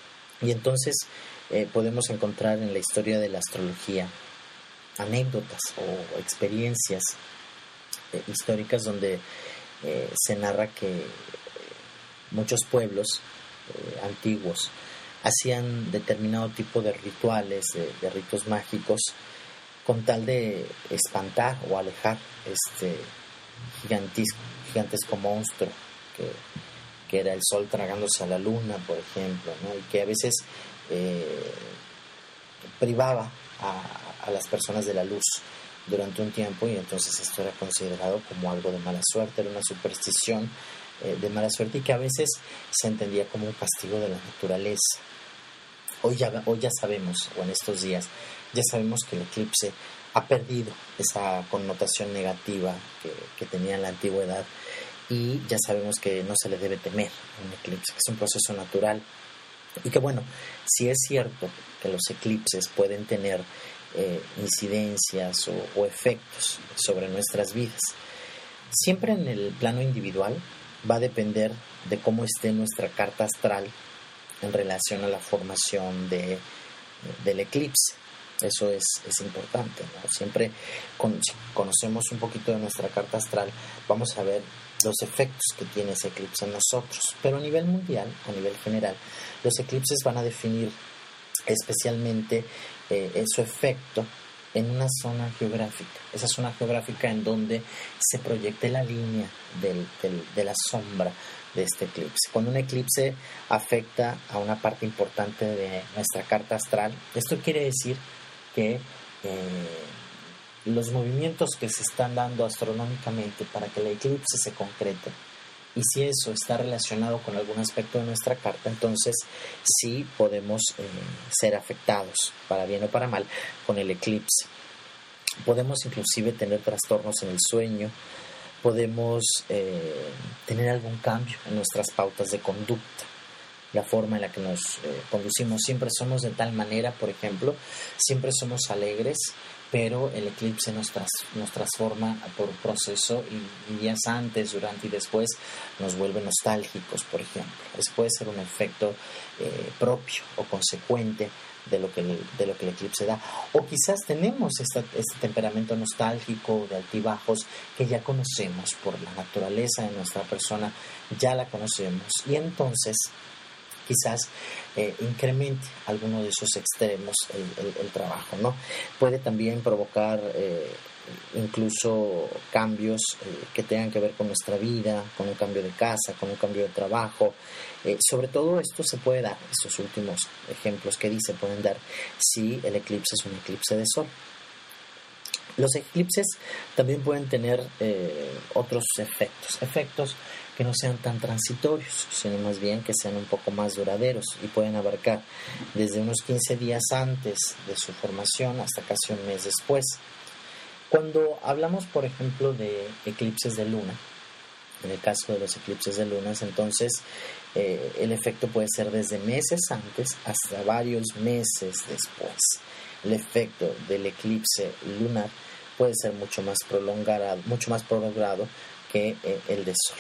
Y entonces eh, podemos encontrar en la historia de la astrología anécdotas o experiencias eh, históricas donde eh, se narra que eh, muchos pueblos eh, antiguos hacían determinado tipo de rituales, de, de ritos mágicos, con tal de espantar o alejar este gigantesco, gigantesco monstruo que, que era el sol tragándose a la luna, por ejemplo, ¿no? Y que a veces eh, privaba a, a las personas de la luz durante un tiempo, y entonces esto era considerado como algo de mala suerte, era una superstición eh, de mala suerte, y que a veces se entendía como un castigo de la naturaleza. Hoy ya, hoy ya sabemos, o en estos días, ya sabemos que el eclipse ha perdido esa connotación negativa que, que tenía en la antigüedad, y ya sabemos que no se le debe temer a un eclipse, que es un proceso natural, y que bueno, si es cierto que los eclipses pueden tener eh, incidencias o, o efectos sobre nuestras vidas, siempre en el plano individual va a depender de cómo esté nuestra carta astral en relación a la formación de, del eclipse. Eso es, es importante, ¿no? Siempre con, si conocemos un poquito de nuestra carta astral, vamos a ver los efectos que tiene ese eclipse en nosotros. Pero a nivel mundial, a nivel general, los eclipses van a definir especialmente eh, su efecto en una zona geográfica. Esa zona geográfica en donde se proyecte la línea del, del, de la sombra de este eclipse. Cuando un eclipse afecta a una parte importante de nuestra carta astral, esto quiere decir que eh, los movimientos que se están dando astronómicamente para que el eclipse se concrete, y si eso está relacionado con algún aspecto de nuestra carta, entonces sí podemos eh, ser afectados, para bien o para mal, con el eclipse. Podemos inclusive tener trastornos en el sueño, podemos eh, tener algún cambio en nuestras pautas de conducta, la forma en la que nos eh, conducimos. Siempre somos de tal manera, por ejemplo, siempre somos alegres, pero el eclipse nos, tras, nos transforma por un proceso, y, y días antes, durante y después nos vuelve nostálgicos, por ejemplo. Eso puede ser un efecto eh, propio o consecuente de lo que el, de lo que el eclipse da. O quizás tenemos esta, este temperamento nostálgico de altibajos que ya conocemos por la naturaleza de nuestra persona, ya la conocemos, y entonces quizás eh, incremente alguno de esos extremos el, el, el trabajo, ¿no? Puede también provocar eh, incluso cambios eh, que tengan que ver con nuestra vida, con un cambio de casa, con un cambio de trabajo. Eh, sobre todo esto se puede dar, estos últimos ejemplos que dice pueden dar si el eclipse es un eclipse de sol. Los eclipses también pueden tener eh, otros efectos, efectos que no sean tan transitorios, sino más bien que sean un poco más duraderos, y pueden abarcar desde unos quince días antes de su formación hasta casi un mes después. Cuando hablamos, por ejemplo, de eclipses de luna, en el caso de los eclipses de lunas, entonces eh, el efecto puede ser desde meses antes hasta varios meses después. El efecto del eclipse lunar puede ser mucho más prolongado, mucho más prolongado que eh, el de sol.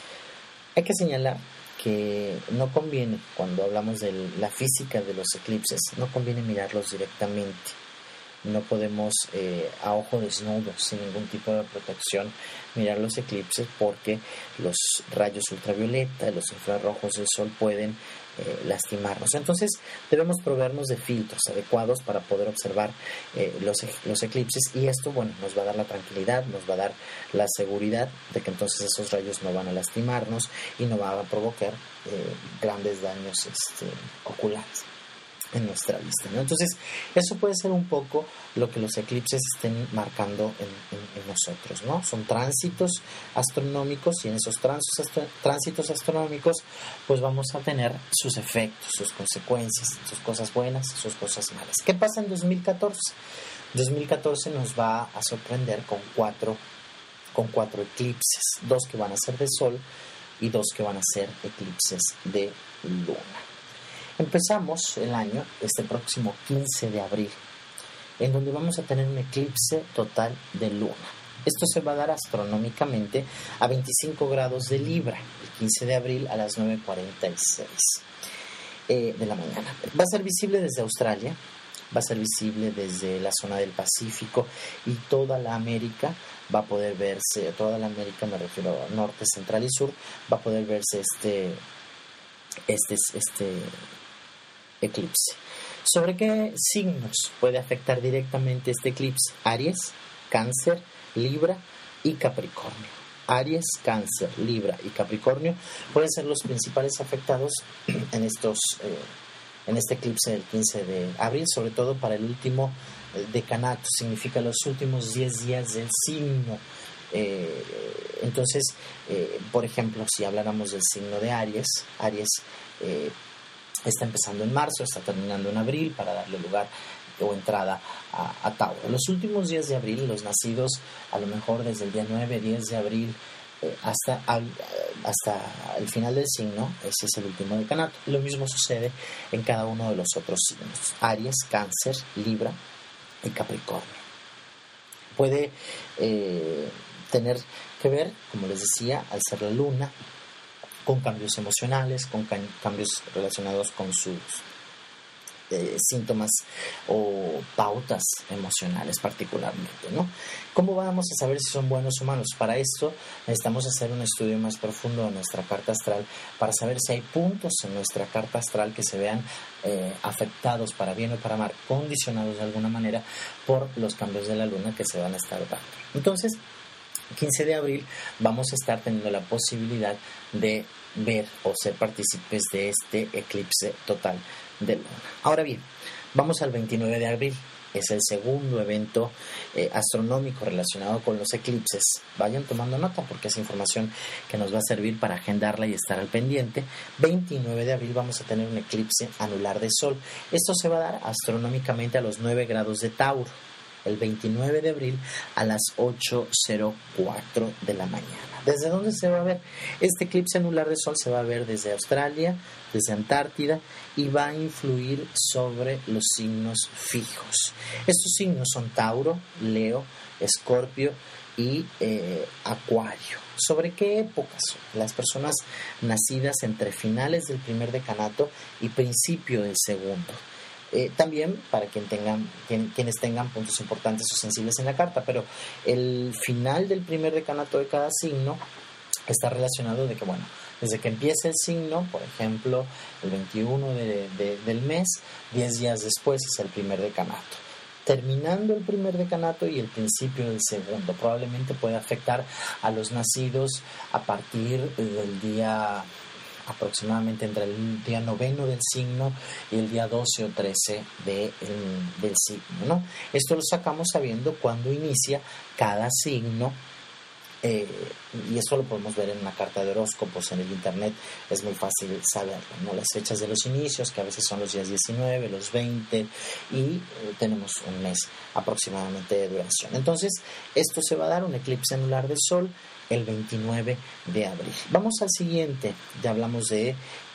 Hay que señalar que no conviene, cuando hablamos de la física de los eclipses, no conviene mirarlos directamente. No podemos eh, a ojo desnudo, sin ningún tipo de protección, mirar los eclipses, porque los rayos ultravioleta, los infrarrojos del sol pueden eh, lastimarnos. Entonces debemos proveernos de filtros adecuados para poder observar eh, los, los eclipses, y esto, bueno, nos va a dar la tranquilidad, nos va a dar la seguridad de que entonces esos rayos no van a lastimarnos y no van a provocar eh, grandes daños este, oculares en nuestra vista, ¿no? Entonces, eso puede ser un poco lo que los eclipses estén marcando en, en, en nosotros, ¿no? Son tránsitos astronómicos, y en esos tránsitos, astro, tránsitos astronómicos, pues vamos a tener sus efectos, sus consecuencias, sus cosas buenas, sus cosas malas. ¿Qué pasa en dos mil catorce? dos mil catorce nos va a sorprender con cuatro, con cuatro eclipses, dos que van a ser de sol y dos que van a ser eclipses de luna. Empezamos el año, este próximo quince de abril, en donde vamos a tener un eclipse total de luna. Esto se va a dar astronómicamente a veinticinco grados de Libra, el quince de abril a las nueve cuarenta y seis eh, de la mañana. Va a ser visible desde Australia, va a ser visible desde la zona del Pacífico, y toda la América va a poder verse, toda la América, me refiero a norte, central y sur, va a poder verse este, este, este eclipse. ¿Sobre qué signos puede afectar directamente este eclipse? Aries, Cáncer, Libra y Capricornio. Aries, Cáncer, Libra y Capricornio pueden ser los principales afectados en estos eh, en este eclipse del quince de abril, sobre todo para el último decanato, significa los últimos diez días del signo. Eh, entonces, eh, por ejemplo, si habláramos del signo de Aries, Aries eh, está empezando en marzo, está terminando en abril para darle lugar o entrada a, a Tauro. Los últimos días de abril, los nacidos a lo mejor desde el día nueve, diez de abril eh, hasta, al, hasta el final del signo, ese es el último decanato. Lo mismo sucede en cada uno de los otros signos: Aries, Cáncer, Libra y Capricornio. Puede eh, tener que ver, como les decía, al ser la luna, con cambios emocionales, con ca- cambios relacionados con sus eh, síntomas o pautas emocionales particularmente, ¿no? ¿Cómo vamos a saber si son buenos o malos? Para esto necesitamos hacer un estudio más profundo de nuestra carta astral para saber si hay puntos en nuestra carta astral que se vean eh, afectados para bien o para mal, condicionados de alguna manera por los cambios de la luna que se van a estar dando. Entonces, quince de abril vamos a estar teniendo la posibilidad de ver o ser partícipes de este eclipse total de luna. Ahora bien, vamos al veintinueve de abril. Es el segundo evento eh, astronómico relacionado con los eclipses. Vayan tomando nota porque es información que nos va a servir para agendarla y estar al pendiente. veintinueve de abril vamos a tener un eclipse anular de Sol. Esto se va a dar astronómicamente a los nueve grados de Tauro, el veintinueve de abril a las ocho cero cuatro de la mañana. ¿Desde dónde se va a ver? Este eclipse anular de Sol se va a ver desde Australia, desde Antártida, y va a influir sobre los signos fijos. Estos signos son Tauro, Leo, Escorpio y eh, Acuario. ¿Sobre qué épocas? Las personas nacidas entre finales del primer decanato y principio del segundo. Eh, también para quien tengan, quien, quienes tengan puntos importantes o sensibles en la carta, pero el final del primer decanato de cada signo está relacionado de que, bueno, desde que empieza el signo, por ejemplo, el veintiuno de, de, del mes, diez días después es el primer decanato. Terminando el primer decanato y el principio del segundo, probablemente puede afectar a los nacidos a partir del día aproximadamente entre el día noveno del signo y el día doce o trece de, el, del signo, ¿no? Esto lo sacamos sabiendo cuándo inicia cada signo, eh, y eso lo podemos ver en una carta de horóscopos en el internet. Es muy fácil saberlo, ¿no? Las fechas de los inicios, que a veces son los días diecinueve, los veinte, y eh, tenemos un mes aproximadamente de duración. Entonces, esto se va a dar, un eclipse anular de Sol, el veintinueve de abril. Vamos al siguiente. Ya hablamos de eh,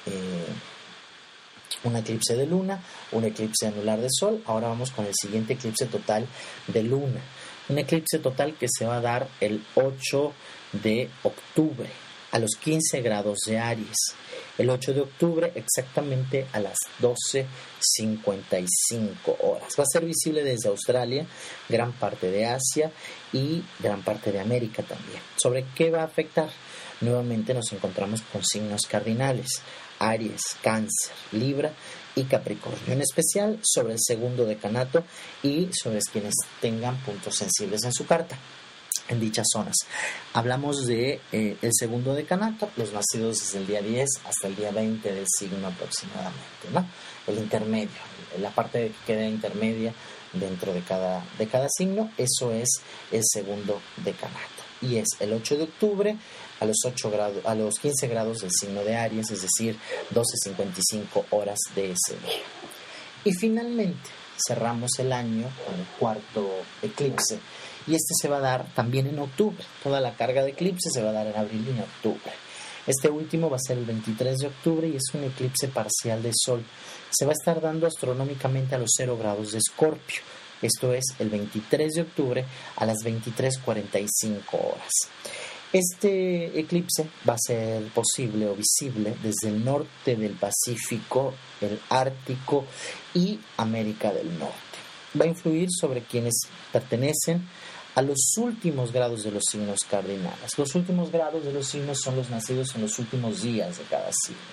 un eclipse de luna, un eclipse anular de Sol. Ahora vamos con el siguiente eclipse total de luna. Un eclipse total que se va a dar el ocho de octubre a los quince grados de Aries. El ocho de octubre exactamente a las doce cincuenta y cinco horas. Va a ser visible desde Australia, gran parte de Asia y gran parte de América también. ¿Sobre qué va a afectar? Nuevamente nos encontramos con signos cardinales: Aries, Cáncer, Libra y Capricornio, en especial sobre el segundo decanato y sobre quienes tengan puntos sensibles en su carta en dichas zonas. Hablamos de eh, el segundo decanato, los nacidos desde el día diez hasta el día veinte del signo aproximadamente, ¿no? El intermedio, la parte que queda intermedia dentro de cada, de cada signo, eso es el segundo decanato. Y es el ocho de octubre a los, ocho grados, a los quince grados del signo de Aries, es decir, doce cincuenta y cinco horas de ese día. Y finalmente cerramos el año con el cuarto eclipse, y este se va a dar también en octubre. Toda la carga de eclipse se va a dar en abril y en octubre. Este último va a ser el veintitrés de octubre y es un eclipse parcial de Sol. Se va a estar dando astronómicamente a los cero grados de Escorpio. Esto es el veintitrés de octubre a las veintitrés cuarenta y cinco horas. Este eclipse va a ser posible o visible desde el norte del Pacífico, el Ártico y América del Norte. Va a influir sobre quienes pertenecen a los últimos grados de los signos cardinales. Los últimos grados de los signos son los nacidos en los últimos días de cada signo.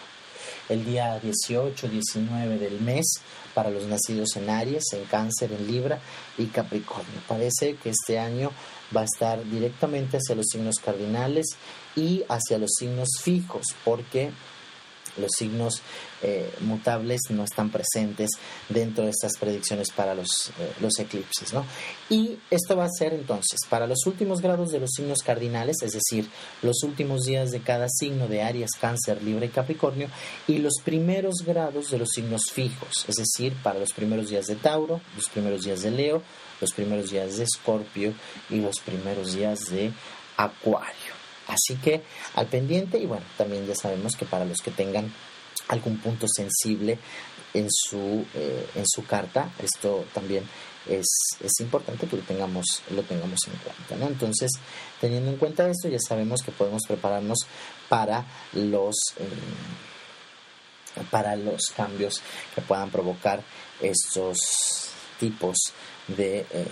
el día dieciocho, diecinueve del mes para los nacidos en Aries, en Cáncer, en Libra y Capricornio. Parece que este año va a estar directamente hacia los signos cardinales y hacia los signos fijos, porque los signos eh, mutables no están presentes dentro de estas predicciones para los, eh, los eclipses, ¿no? Y esto va a ser entonces para los últimos grados de los signos cardinales, es decir, los últimos días de cada signo de Aries, Cáncer, Libra y Capricornio, y los primeros grados de los signos fijos, es decir, para los primeros días de Tauro, los primeros días de Leo, los primeros días de Escorpio y los primeros días de Acuario. Así que al pendiente, y bueno, también ya sabemos que para los que tengan algún punto sensible en su, eh, en su carta, esto también es, es importante que lo tengamos, lo tengamos en cuenta, ¿no? Entonces, teniendo en cuenta esto, ya sabemos que podemos prepararnos para los, eh, para los cambios que puedan provocar estos tipos de eh,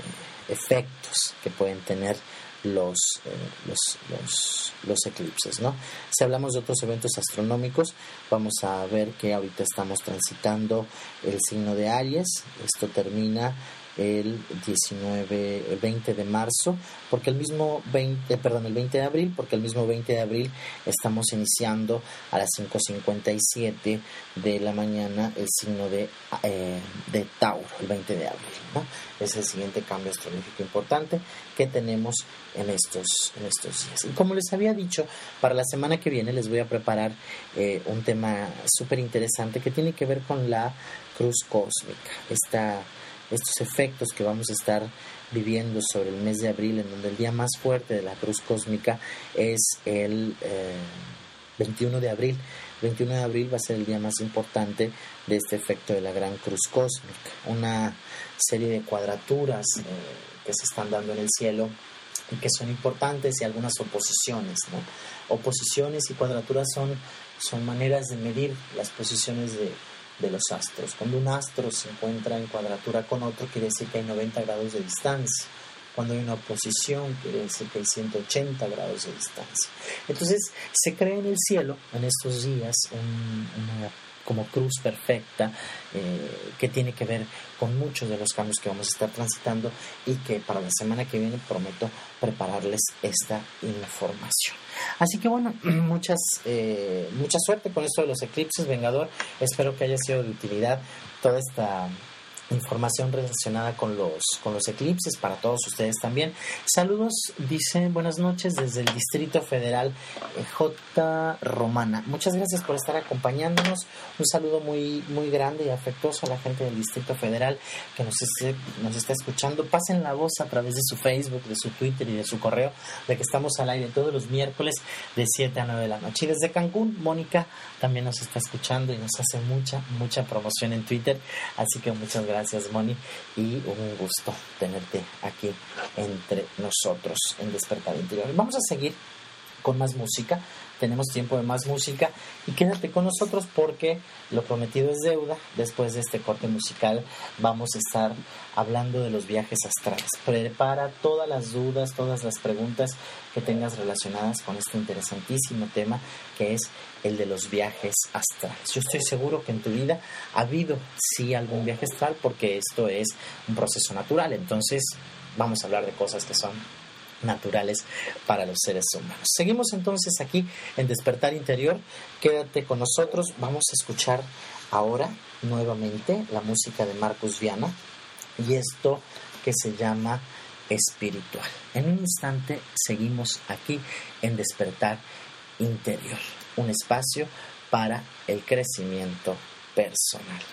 efectos que pueden tener Los, eh, los, los, los eclipses, ¿no? Si hablamos de otros eventos astronómicos, vamos a ver que ahorita estamos transitando el signo de Aries. Esto termina el diecinueve, el veinte de marzo, porque el mismo veinte, perdón, el veinte de abril, porque el mismo veinte de abril estamos iniciando a las cinco cincuenta y siete de la mañana el signo de, eh, de Tauro, el veinte de abril, ¿no? Es el siguiente cambio astrológico importante que tenemos en estos, en estos días. Y como les había dicho, para la semana que viene les voy a preparar eh, un tema súper interesante que tiene que ver con la cruz cósmica, esta estos efectos que vamos a estar viviendo sobre el mes de abril, en donde el día más fuerte de la cruz cósmica es el eh, veintiuno de abril. El veintiuno de abril va a ser el día más importante de este efecto de la gran cruz cósmica. Una serie de cuadraturas eh, que se están dando en el cielo y que son importantes, y algunas oposiciones, ¿no? Oposiciones y cuadraturas son, son maneras de medir las posiciones de de los astros. Cuando un astro se encuentra en cuadratura con otro, quiere decir que hay noventa grados de distancia. Cuando hay una oposición, quiere decir que hay ciento ochenta grados de distancia. Entonces, se crea en el cielo, en estos días, un, una como cruz perfecta, eh, que tiene que ver con muchos de los cambios que vamos a estar transitando, y que para la semana que viene prometo prepararles esta información. Así que bueno, muchas, eh, mucha suerte con esto de los eclipses, Vengador. Espero que haya sido de utilidad toda esta información relacionada con los, con los eclipses para todos ustedes también. Saludos, dicen, buenas noches desde el Distrito Federal, eh, J. Romana. Muchas gracias por estar acompañándonos. Un saludo muy, muy grande y afectuoso a la gente del Distrito Federal que nos, esté, nos está escuchando. Pasen la voz a través de su Facebook, de su Twitter y de su correo, de que estamos al aire todos los miércoles de siete a nueve de la noche. Y desde Cancún, Mónica también nos está escuchando y nos hace mucha, mucha promoción en Twitter. Así que muchas gracias. Gracias, Moni, y un gusto tenerte aquí entre nosotros en Despertar Interior. Vamos a seguir con más música. Tenemos tiempo de más música y quédate con nosotros porque lo prometido es deuda. Después de este corte musical vamos a estar hablando de los viajes astrales. Prepara todas las dudas, todas las preguntas que tengas relacionadas con este interesantísimo tema que es el de los viajes astrales. Yo estoy seguro que en tu vida ha habido sí algún viaje astral, porque esto es un proceso natural. Entonces vamos a hablar de cosas que son naturales para los seres humanos. Seguimos entonces aquí en Despertar Interior. Quédate con nosotros. Vamos a escuchar ahora nuevamente la música de Marcus Viana y esto que se llama Espiritual. En un instante seguimos aquí en Despertar Interior, un espacio para el crecimiento personal.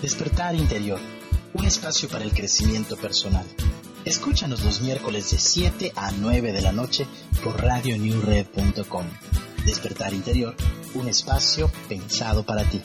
Despertar Interior, un espacio para el crecimiento personal. Escúchanos los miércoles de siete a nueve de la noche por radio new red punto com. Despertar Interior, un espacio pensado para ti.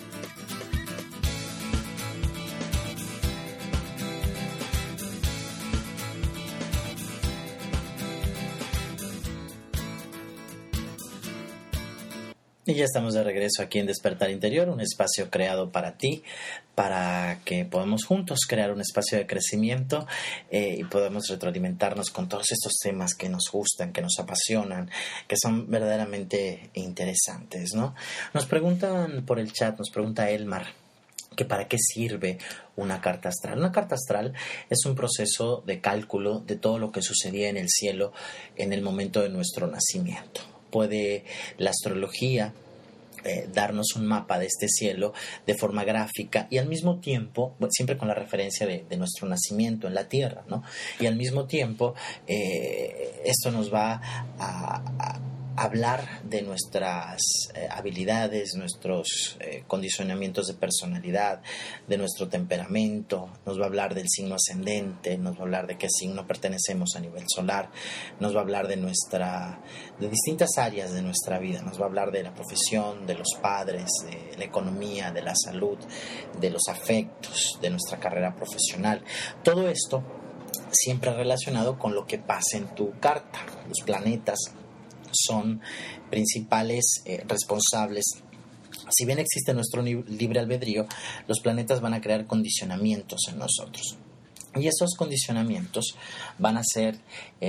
Y ya estamos de regreso aquí en Despertar Interior, un espacio creado para ti, para que podamos juntos crear un espacio de crecimiento eh, y podamos retroalimentarnos con todos estos temas que nos gustan, que nos apasionan, que son verdaderamente interesantes, ¿no? Nos preguntan por el chat, nos pregunta Elmar, que para qué sirve una carta astral. Una carta astral es un proceso de cálculo de todo lo que sucedía en el cielo en el momento de nuestro nacimiento. Puede la astrología eh, darnos un mapa de este cielo de forma gráfica y al mismo tiempo, bueno, siempre con la referencia de, de nuestro nacimiento en la Tierra, ¿no? Y al mismo tiempo eh, esto nos va a, a hablar de nuestras eh, habilidades, nuestros eh, condicionamientos de personalidad, de nuestro temperamento, nos va a hablar del signo ascendente, nos va a hablar de qué signo pertenecemos a nivel solar, nos va a hablar de nuestra, de distintas áreas de nuestra vida, nos va a hablar de la profesión, de los padres, de la economía, de la salud, de los afectos, de nuestra carrera profesional. Todo esto siempre relacionado con lo que pasa en tu carta. Los planetas son principales eh, responsables. Si bien existe nuestro libre albedrío, los planetas van a crear condicionamientos en nosotros. Y esos condicionamientos van a ser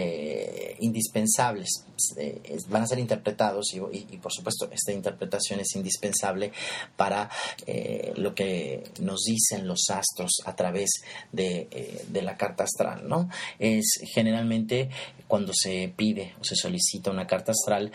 eh, indispensables, eh, van a ser interpretados y, y, y por supuesto esta interpretación es indispensable para eh, lo que nos dicen los astros a través de, eh, de la carta astral, ¿no? Es generalmente cuando se pide o se solicita una carta astral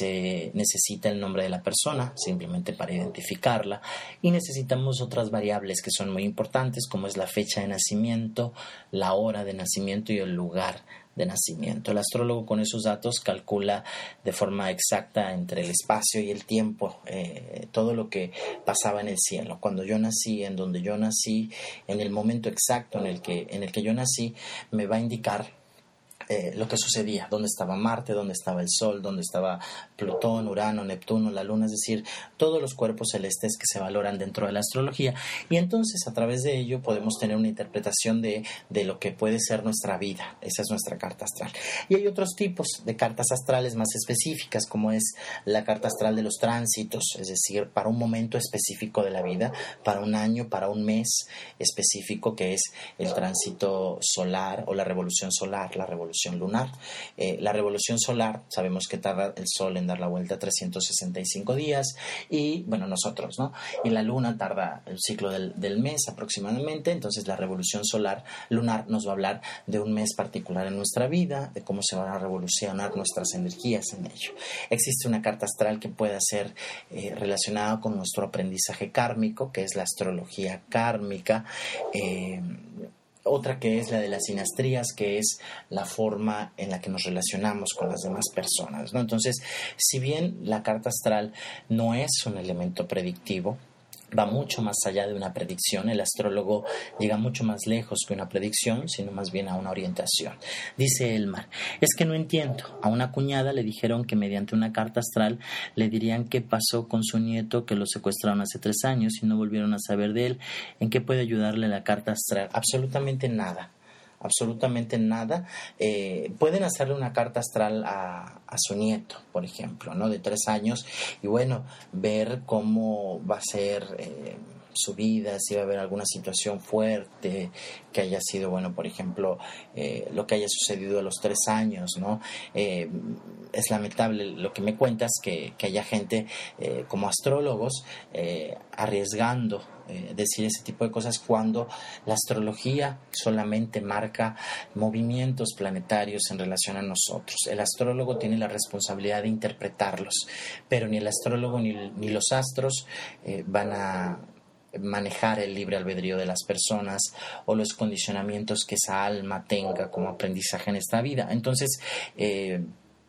se necesita el nombre de la persona simplemente para identificarla y necesitamos otras variables que son muy importantes como es la fecha de nacimiento, la hora de nacimiento y el lugar de nacimiento. El astrólogo con esos datos calcula de forma exacta entre el espacio y el tiempo eh, todo lo que pasaba en el cielo. Cuando yo nací, en donde yo nací, en el momento exacto en el que, en el que yo nací, me va a indicar Eh, lo que sucedía, dónde estaba Marte, dónde estaba el Sol, dónde estaba Plutón, Urano, Neptuno, la Luna, es decir, todos los cuerpos celestes que se valoran dentro de la astrología y entonces a través de ello podemos tener una interpretación de, de lo que puede ser nuestra vida. Esa es nuestra carta astral. Y hay otros tipos de cartas astrales más específicas como es la carta astral de los tránsitos, es decir, para un momento específico de la vida, para un año, para un mes específico que es el tránsito solar o la revolución solar, la revolución lunar. Eh, la revolución solar, sabemos que tarda el Sol en dar la vuelta trescientos sesenta y cinco días y, bueno, nosotros, ¿no? Y la Luna tarda el ciclo del, del mes aproximadamente, entonces la revolución solar lunar nos va a hablar de un mes particular en nuestra vida, de cómo se van a revolucionar nuestras energías en ello. Existe una carta astral que pueda ser eh, relacionada con nuestro aprendizaje kármico, que es la astrología kármica, eh, otra que es la de las sinastrías, que es la forma en la que nos relacionamos con las demás personas, ¿no? Entonces, si bien la carta astral no es un elemento predictivo, va mucho más allá de una predicción. El astrólogo llega mucho más lejos que una predicción, sino más bien a una orientación. Dice Elmar, es que no entiendo. A una cuñada le dijeron que mediante una carta astral le dirían qué pasó con su nieto que lo secuestraron hace tres años y no volvieron a saber de él. ¿En qué puede ayudarle la carta astral? Absolutamente nada. Absolutamente nada. Eh, pueden hacerle una carta astral a, a su nieto, por ejemplo, ¿no? De tres años y bueno, ver cómo va a ser eh, su vida, si va a haber alguna situación fuerte que haya sido, bueno, por ejemplo, eh, lo que haya sucedido a los tres años, ¿no? Eh, es lamentable lo que me cuentas, que, que haya gente eh, como astrólogos eh, arriesgando eh, decir ese tipo de cosas cuando la astrología solamente marca movimientos planetarios en relación a nosotros. El astrólogo tiene la responsabilidad de interpretarlos, pero ni el astrólogo ni, ni los astros eh, van a manejar el libre albedrío de las personas o los condicionamientos que esa alma tenga como aprendizaje en esta vida. Entonces, eh,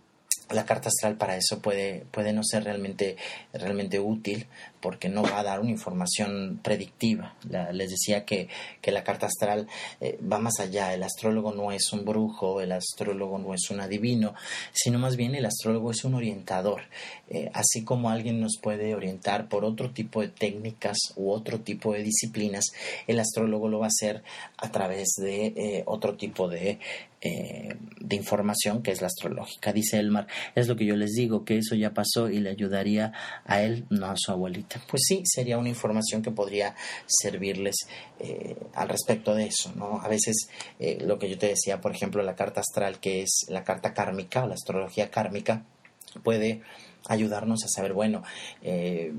la carta astral para eso puede, puede no ser realmente, realmente útil, porque no va a dar una información predictiva. La, les decía que, que la carta astral eh, va más allá. El astrólogo no es un brujo, el astrólogo no es un adivino, sino más bien el astrólogo es un orientador. Eh, así como alguien nos puede orientar por otro tipo de técnicas u otro tipo de disciplinas, el astrólogo lo va a hacer a través de eh, otro tipo de Eh, de información, que es la astrológica. Dice Elmar, es lo que yo les digo, que eso ya pasó y le ayudaría a él, no a su abuelita. Pues sí, sería una información que podría servirles eh, al respecto de eso, ¿no? A veces eh, lo que yo te decía, por ejemplo, la carta astral, que es la carta kármica o la astrología kármica, puede ayudarnos a saber, bueno, eh,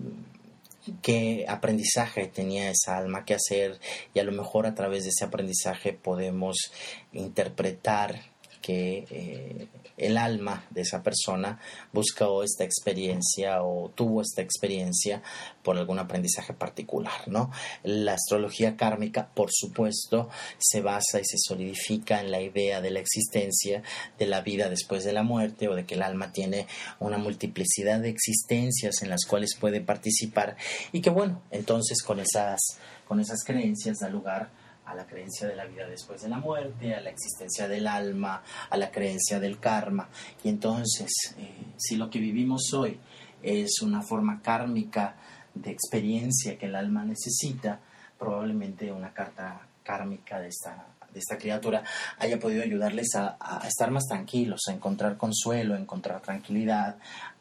qué aprendizaje tenía esa alma que hacer, y a lo mejor a través de ese aprendizaje podemos interpretar que eh, el alma de esa persona buscó esta experiencia o tuvo esta experiencia por algún aprendizaje particular, ¿no? La astrología kármica, por supuesto, se basa y se solidifica en la idea de la existencia de la vida después de la muerte, o de que el alma tiene una multiplicidad de existencias en las cuales puede participar, y que bueno, entonces con esas, con esas creencias da lugar a la creencia de la vida después de la muerte, a la existencia del alma, a la creencia del karma. Y entonces, eh, si lo que vivimos hoy es una forma kármica de experiencia que el alma necesita, probablemente una carta kármica de esta, de esta criatura haya podido ayudarles a, a estar más tranquilos, a encontrar consuelo, a encontrar tranquilidad,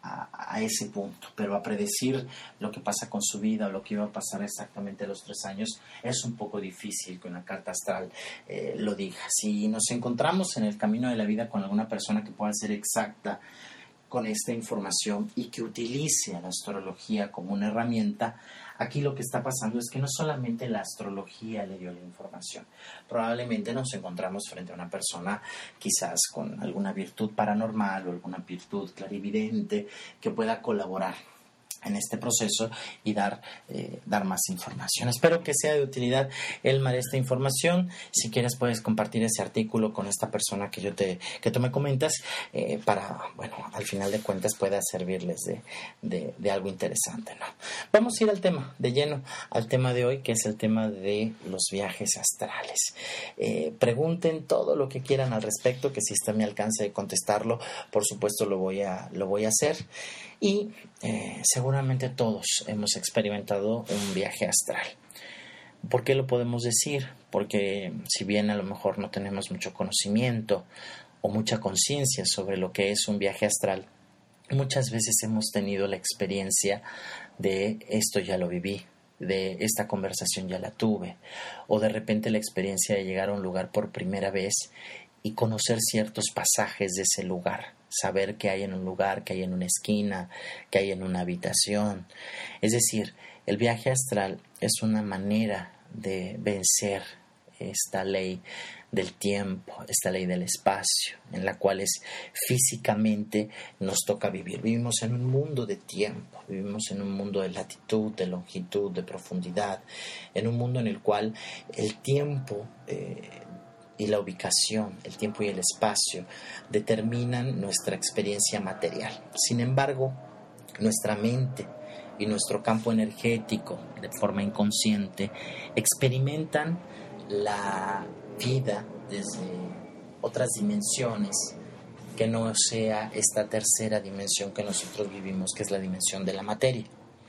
a, a ese punto. Pero a predecir lo que pasa con su vida o lo que iba a pasar exactamente a los tres años es un poco difícil que una carta astral eh, lo diga. Si nos encontramos en el camino de la vida con alguna persona que pueda ser exacta con esta información y que utilice a la astrología como una herramienta, aquí lo que está pasando es que no solamente la astrología le dio la información. Probablemente nos encontramos frente a una persona quizás con alguna virtud paranormal o alguna virtud clarividente que pueda colaborar en este proceso y dar, eh, dar más información. Espero que sea de utilidad, Elmar, esta información. Si quieres puedes compartir ese artículo con esta persona que yo te que tú me comentas, eh, para, bueno, al final de cuentas pueda servirles de, de, de algo interesante, ¿no? Vamos a ir al tema, de lleno, al tema de hoy, que es el tema de los viajes astrales. Eh, pregunten todo lo que quieran al respecto, que si está a mi alcance de contestarlo, por supuesto lo voy a, lo voy a hacer. Y eh, seguramente todos hemos experimentado un viaje astral. ¿Por qué lo podemos decir? Porque si bien a lo mejor no tenemos mucho conocimiento o mucha conciencia sobre lo que es un viaje astral, muchas veces hemos tenido la experiencia de esto ya lo viví, de esta conversación ya la tuve, o de repente la experiencia de llegar a un lugar por primera vez y conocer ciertos pasajes de ese lugar, saber qué hay en un lugar, qué hay en una esquina, qué hay en una habitación. Es decir, el viaje astral es una manera de vencer esta ley del tiempo, esta ley del espacio, en la cual es físicamente nos toca vivir. Vivimos en un mundo de tiempo, vivimos en un mundo de latitud, de longitud, de profundidad, en un mundo en el cual el tiempo eh, y la ubicación, el tiempo y el espacio determinan nuestra experiencia material. Sin embargo, nuestra mente y nuestro campo energético, de forma inconsciente, experimentan la vida desde otras dimensiones que no sea esta tercera dimensión que nosotros vivimos, que es la dimensión de la materia.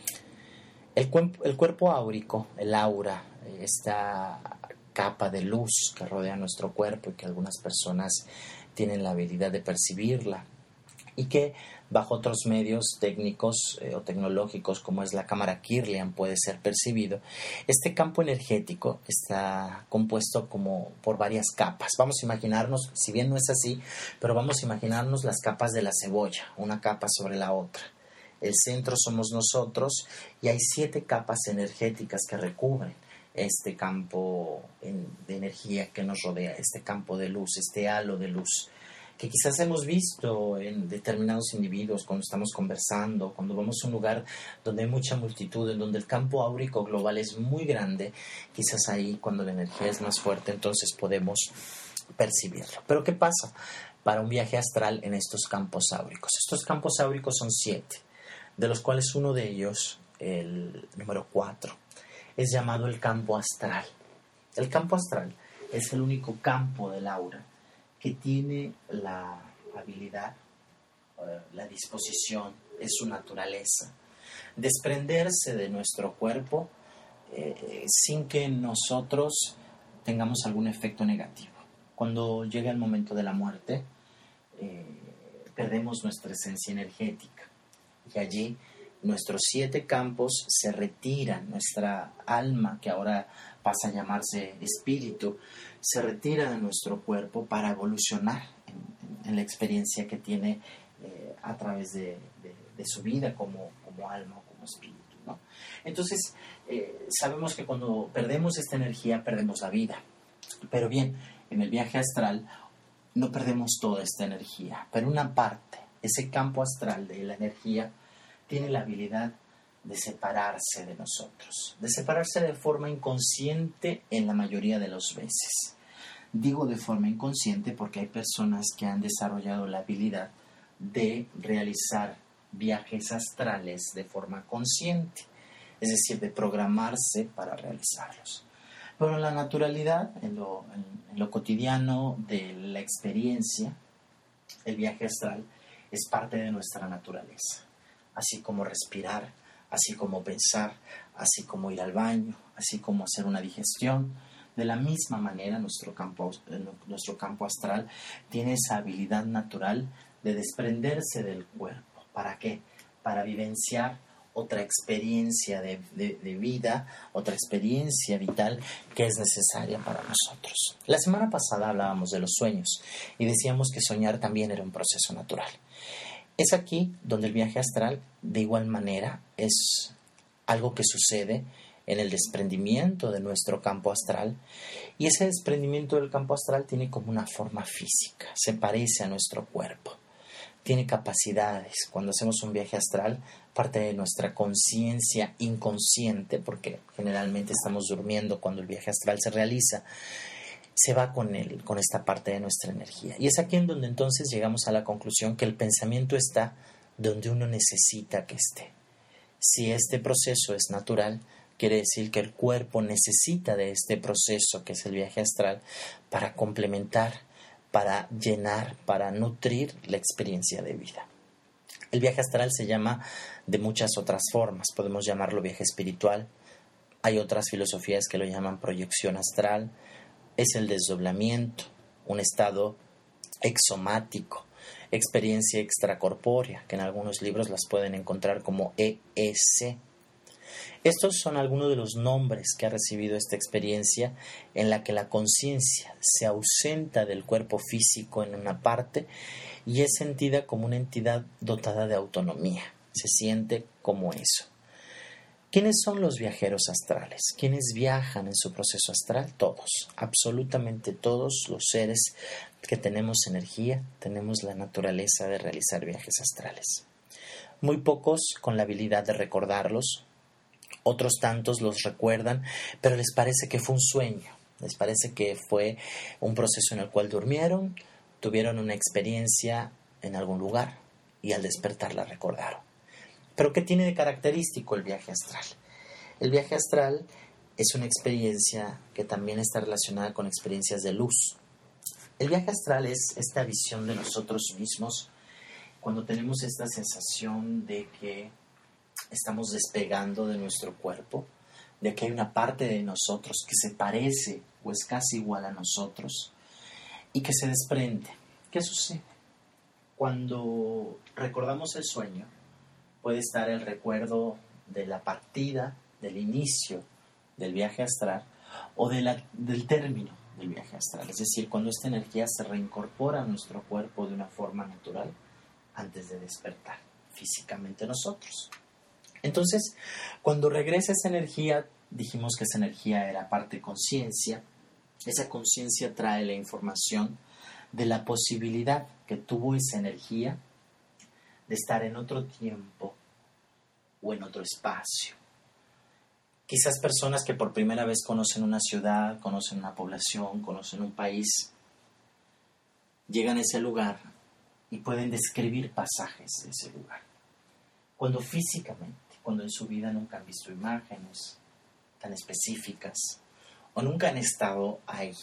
El, cuerp- el cuerpo áurico, el aura, esta capa de luz que rodea nuestro cuerpo y que algunas personas tienen la habilidad de percibirla, y que bajo otros medios técnicos eh, o tecnológicos como es la cámara Kirlian puede ser percibido. Este campo energético está compuesto como por varias capas. Vamos a imaginarnos, si bien no es así, pero vamos a imaginarnos las capas de la cebolla, una capa sobre la otra. El centro somos nosotros y hay siete capas energéticas que recubren este campo de energía que nos rodea, este campo de luz, este halo de luz, que quizás hemos visto en determinados individuos cuando estamos conversando, cuando vamos a un lugar donde hay mucha multitud, en donde el campo áurico global es muy grande, quizás ahí cuando la energía es más fuerte, entonces podemos percibirlo. Pero ¿qué pasa? para un viaje astral en estos campos áuricos. Estos campos áuricos son siete, de los cuales uno de ellos, el número cuatro, es llamado el campo astral. El campo astral es el único campo del aura que tiene la habilidad, la disposición, es su naturaleza, desprenderse de nuestro cuerpo eh, sin que nosotros tengamos algún efecto negativo. Cuando llega el momento de la muerte, eh, perdemos nuestra esencia energética y allí nuestros siete campos se retiran, nuestra alma, que ahora pasa a llamarse espíritu, se retira de nuestro cuerpo para evolucionar en, en, en la experiencia que tiene eh, a través de, de, de su vida como, como alma o como espíritu, ¿no? Entonces, eh, sabemos que cuando perdemos esta energía, perdemos la vida. Pero bien, en el viaje astral no perdemos toda esta energía, pero una parte, ese campo astral de la energía, tiene la habilidad de separarse de nosotros, de separarse de forma inconsciente en la mayoría de las veces. Digo de forma inconsciente porque hay personas que han desarrollado la habilidad de realizar viajes astrales de forma consciente, es decir, de programarse para realizarlos. Pero en la naturalidad, en lo, en, en lo cotidiano de la experiencia, el viaje astral es parte de nuestra naturaleza. Así como respirar, así como pensar, así como ir al baño, así como hacer una digestión. De la misma manera, nuestro campo, nuestro campo astral tiene esa habilidad natural de desprenderse del cuerpo. ¿Para qué? Para vivenciar otra experiencia de, de, de vida, otra experiencia vital que es necesaria para nosotros. La semana pasada hablábamos de los sueños y decíamos que soñar también era un proceso natural. Es aquí donde el viaje astral, de igual manera, es algo que sucede en el desprendimiento de nuestro campo astral, y ese desprendimiento del campo astral tiene como una forma física, se parece a nuestro cuerpo, tiene capacidades. Cuando hacemos un viaje astral, parte de nuestra conciencia inconsciente, porque generalmente estamos durmiendo cuando el viaje astral se realiza, se va con él, con esta parte de nuestra energía. Y es aquí en donde entonces llegamos a la conclusión que el pensamiento está donde uno necesita que esté. Si este proceso es natural, quiere decir que el cuerpo necesita de este proceso, que es el viaje astral, para complementar, para llenar, para nutrir la experiencia de vida. El viaje astral se llama de muchas otras formas. Podemos llamarlo viaje espiritual. Hay otras filosofías que lo llaman proyección astral. Es el desdoblamiento, un estado exomático, experiencia extracorpórea, que en algunos libros las pueden encontrar como E E C. Estos son algunos de los nombres que ha recibido esta experiencia en la que la conciencia se ausenta del cuerpo físico en una parte y es sentida como una entidad dotada de autonomía. Se siente como eso. ¿Quiénes son los viajeros astrales? ¿Quiénes viajan en su proceso astral? Todos, absolutamente todos los seres que tenemos energía, tenemos la naturaleza de realizar viajes astrales. Muy pocos con la habilidad de recordarlos, otros tantos los recuerdan, pero les parece que fue un sueño, les parece que fue un proceso en el cual durmieron, tuvieron una experiencia en algún lugar y al despertar la recordaron. ¿Pero qué tiene de característico el viaje astral? El viaje astral es una experiencia que también está relacionada con experiencias de luz. El viaje astral es esta visión de nosotros mismos cuando tenemos esta sensación de que estamos despegando de nuestro cuerpo, de que hay una parte de nosotros que se parece o es casi igual a nosotros y que se desprende. ¿Qué sucede? Cuando recordamos el sueño, puede estar el recuerdo de la partida, del inicio del viaje astral o de la, del término del viaje astral. Es decir, cuando esta energía se reincorpora a nuestro cuerpo de una forma natural antes de despertar físicamente nosotros. Entonces, cuando regresa esa energía, dijimos que esa energía era parte conciencia. Esa conciencia trae la información de la posibilidad que tuvo esa energía de estar en otro tiempo o en otro espacio. Quizás personas que por primera vez conocen una ciudad, conocen una población, conocen un país, llegan a ese lugar y pueden describir pasajes de ese lugar. Cuando físicamente, cuando en su vida nunca han visto imágenes tan específicas o nunca han estado ahí.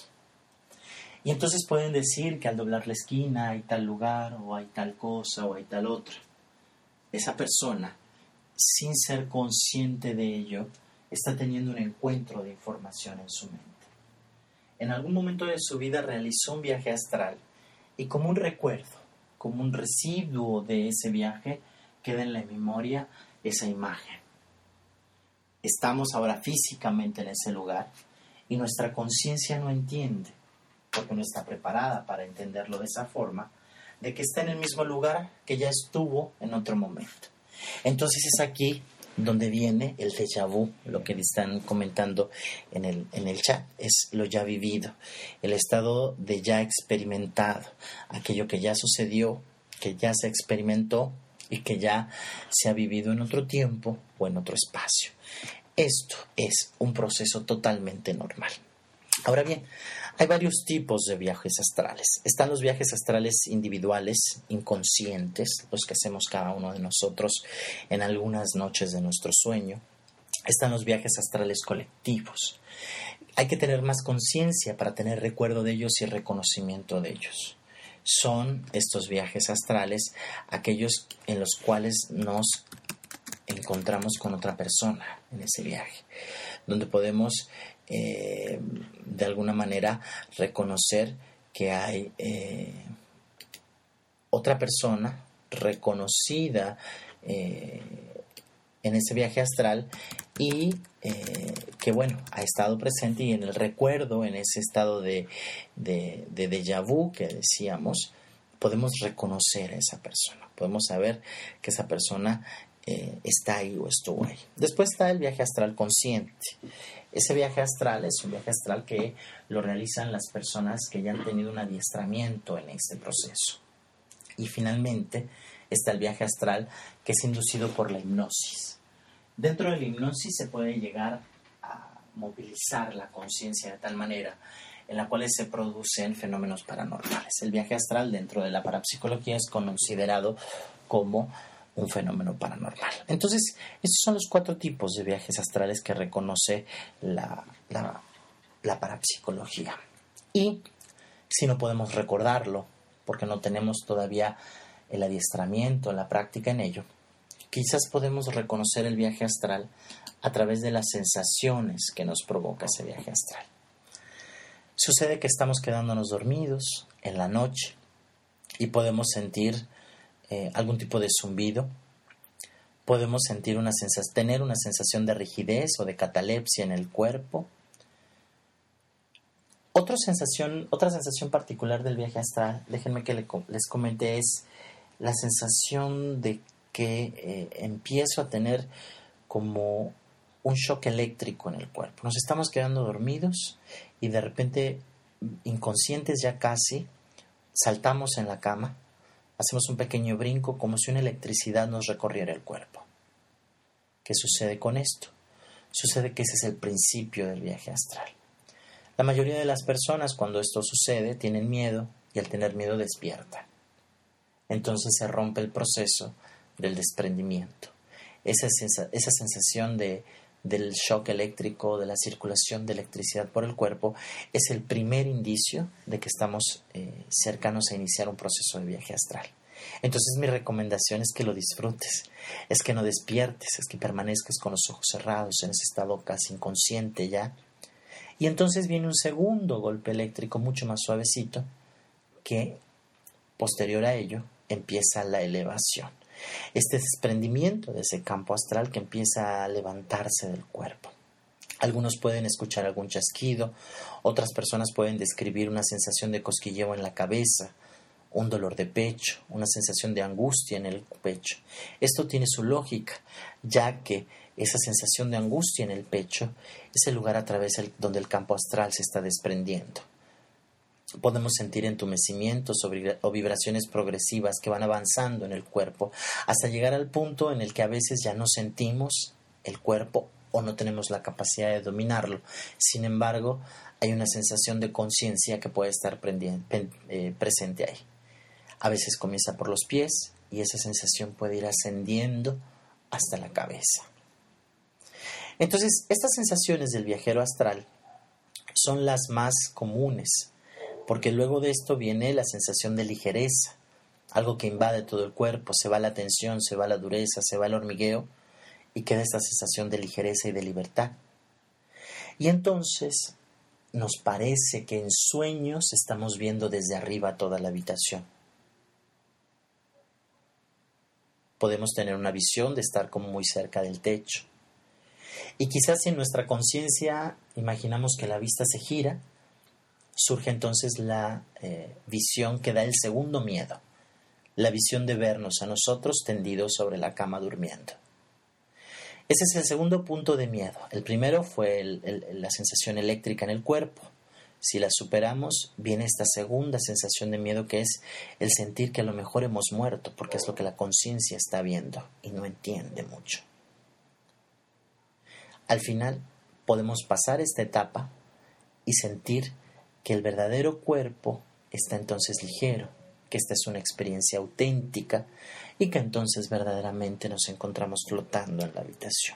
Y entonces pueden decir que al doblar la esquina hay tal lugar o hay tal cosa o hay tal otra. Esa persona, sin ser consciente de ello, está teniendo un encuentro de información en su mente. En algún momento de su vida realizó un viaje astral y como un recuerdo, como un residuo de ese viaje, queda en la memoria esa imagen. Estamos ahora físicamente en ese lugar y nuestra conciencia no entiende, porque no está preparada para entenderlo de esa forma, de que está en el mismo lugar que ya estuvo en otro momento. Entonces es aquí donde viene el déjà vu, lo que están comentando en el, en el chat, es lo ya vivido, el estado de ya experimentado, aquello que ya sucedió, que ya se experimentó y que ya se ha vivido en otro tiempo o en otro espacio. Esto es un proceso totalmente normal. Ahora bien, hay varios tipos de viajes astrales. Están los viajes astrales individuales, inconscientes, los que hacemos cada uno de nosotros en algunas noches de nuestro sueño. Están los viajes astrales colectivos. Hay que tener más conciencia para tener recuerdo de ellos y reconocimiento de ellos. Son estos viajes astrales aquellos en los cuales nos encontramos con otra persona en ese viaje, donde podemos eh, de alguna manera reconocer que hay eh, otra persona reconocida eh, en ese viaje astral y eh, que bueno, ha estado presente y en el recuerdo, en ese estado de, de, de déjà vu que decíamos, podemos reconocer a esa persona, podemos saber que esa persona eh, está ahí o estuvo ahí. Después está el viaje astral consciente. Ese viaje astral es un viaje astral que lo realizan las personas que ya han tenido un adiestramiento en este proceso. Y finalmente está el viaje astral que es inducido por la hipnosis. Dentro de la hipnosis se puede llegar a movilizar la conciencia de tal manera en la cual se producen fenómenos paranormales. El viaje astral dentro de la parapsicología es considerado como un fenómeno paranormal. Entonces, estos son los cuatro tipos de viajes astrales que reconoce la, la, la parapsicología. Y si no podemos recordarlo, porque no tenemos todavía el adiestramiento, la práctica en ello, quizás podemos reconocer el viaje astral a través de las sensaciones que nos provoca ese viaje astral. Sucede que estamos quedándonos dormidos en la noche y podemos sentir eh, algún tipo de zumbido, podemos sentir una sensación, tener una sensación de rigidez o de catalepsia en el cuerpo. Otra sensación, otra sensación particular del viaje astral, déjenme que les comente, es la sensación de que eh, empiezo a tener como un shock eléctrico en el cuerpo. Nos estamos quedando dormidos y de repente, inconscientes ya casi, saltamos en la cama, hacemos un pequeño brinco como si una electricidad nos recorriera el cuerpo. ¿Qué sucede con esto? Sucede que ese es el principio del viaje astral. La mayoría de las personas cuando esto sucede tienen miedo y al tener miedo despiertan. Entonces se rompe el proceso del desprendimiento. Esa, sensa- esa sensación de, del shock eléctrico, de la circulación de electricidad por el cuerpo, es el primer indicio de que estamos eh, cercanos a iniciar un proceso de viaje astral. Entonces mi recomendación es que lo disfrutes, es que no despiertes, es que permanezcas con los ojos cerrados en ese estado casi inconsciente ya. Y entonces viene un segundo golpe eléctrico mucho más suavecito que, posterior a ello, empieza la elevación. Este desprendimiento de ese campo astral que empieza a levantarse del cuerpo. Algunos pueden escuchar algún chasquido, otras personas pueden describir una sensación de cosquilleo en la cabeza, un dolor de pecho, una sensación de angustia en el pecho. Esto tiene su lógica, ya que esa sensación de angustia en el pecho es el lugar a través del, donde el campo astral se está desprendiendo. Podemos sentir entumecimientos o vibraciones progresivas que van avanzando en el cuerpo hasta llegar al punto en el que a veces ya no sentimos el cuerpo o no tenemos la capacidad de dominarlo. Sin embargo, hay una sensación de conciencia que puede estar presente ahí. A veces comienza por los pies y esa sensación puede ir ascendiendo hasta la cabeza. Entonces, estas sensaciones del viajero astral son las más comunes, porque luego de esto viene la sensación de ligereza, algo que invade todo el cuerpo, se va la tensión, se va la dureza, se va el hormigueo y queda esta sensación de ligereza y de libertad. Y entonces nos parece que en sueños estamos viendo desde arriba toda la habitación. Podemos tener una visión de estar como muy cerca del techo. Y quizás si en nuestra conciencia imaginamos que la vista se gira, surge entonces la eh, visión que da el segundo miedo, la visión de vernos a nosotros tendidos sobre la cama durmiendo. Ese es el segundo punto de miedo. El primero fue el, el, la sensación eléctrica en el cuerpo. Si la superamos, viene esta segunda sensación de miedo, que es el sentir que a lo mejor hemos muerto, porque es lo que la conciencia está viendo y no entiende mucho. Al final, podemos pasar esta etapa y sentir que el verdadero cuerpo está entonces ligero, que esta es una experiencia auténtica y que entonces verdaderamente nos encontramos flotando en la habitación.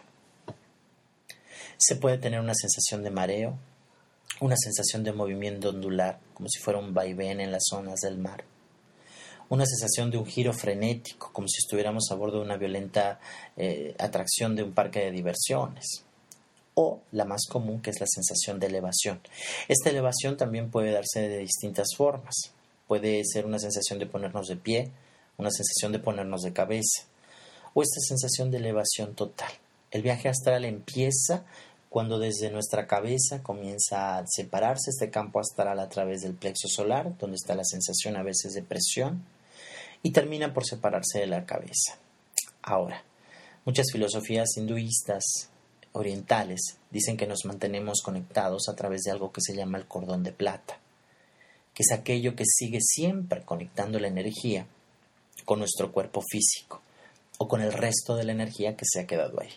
Se puede tener una sensación de mareo, una sensación de movimiento ondular, como si fuera un vaivén en las olas del mar, una sensación de un giro frenético, como si estuviéramos a bordo de una violenta eh, atracción de un parque de diversiones, o la más común, que es la sensación de elevación. Esta elevación también puede darse de distintas formas. Puede ser una sensación de ponernos de pie, una sensación de ponernos de cabeza, o esta sensación de elevación total. El viaje astral empieza cuando desde nuestra cabeza comienza a separarse este campo astral a través del plexo solar, donde está la sensación a veces de presión, y termina por separarse de la cabeza. Ahora, muchas filosofías hinduistas orientales dicen que nos mantenemos conectados a través de algo que se llama el cordón de plata, que es aquello que sigue siempre conectando la energía con nuestro cuerpo físico o con el resto de la energía que se ha quedado ahí.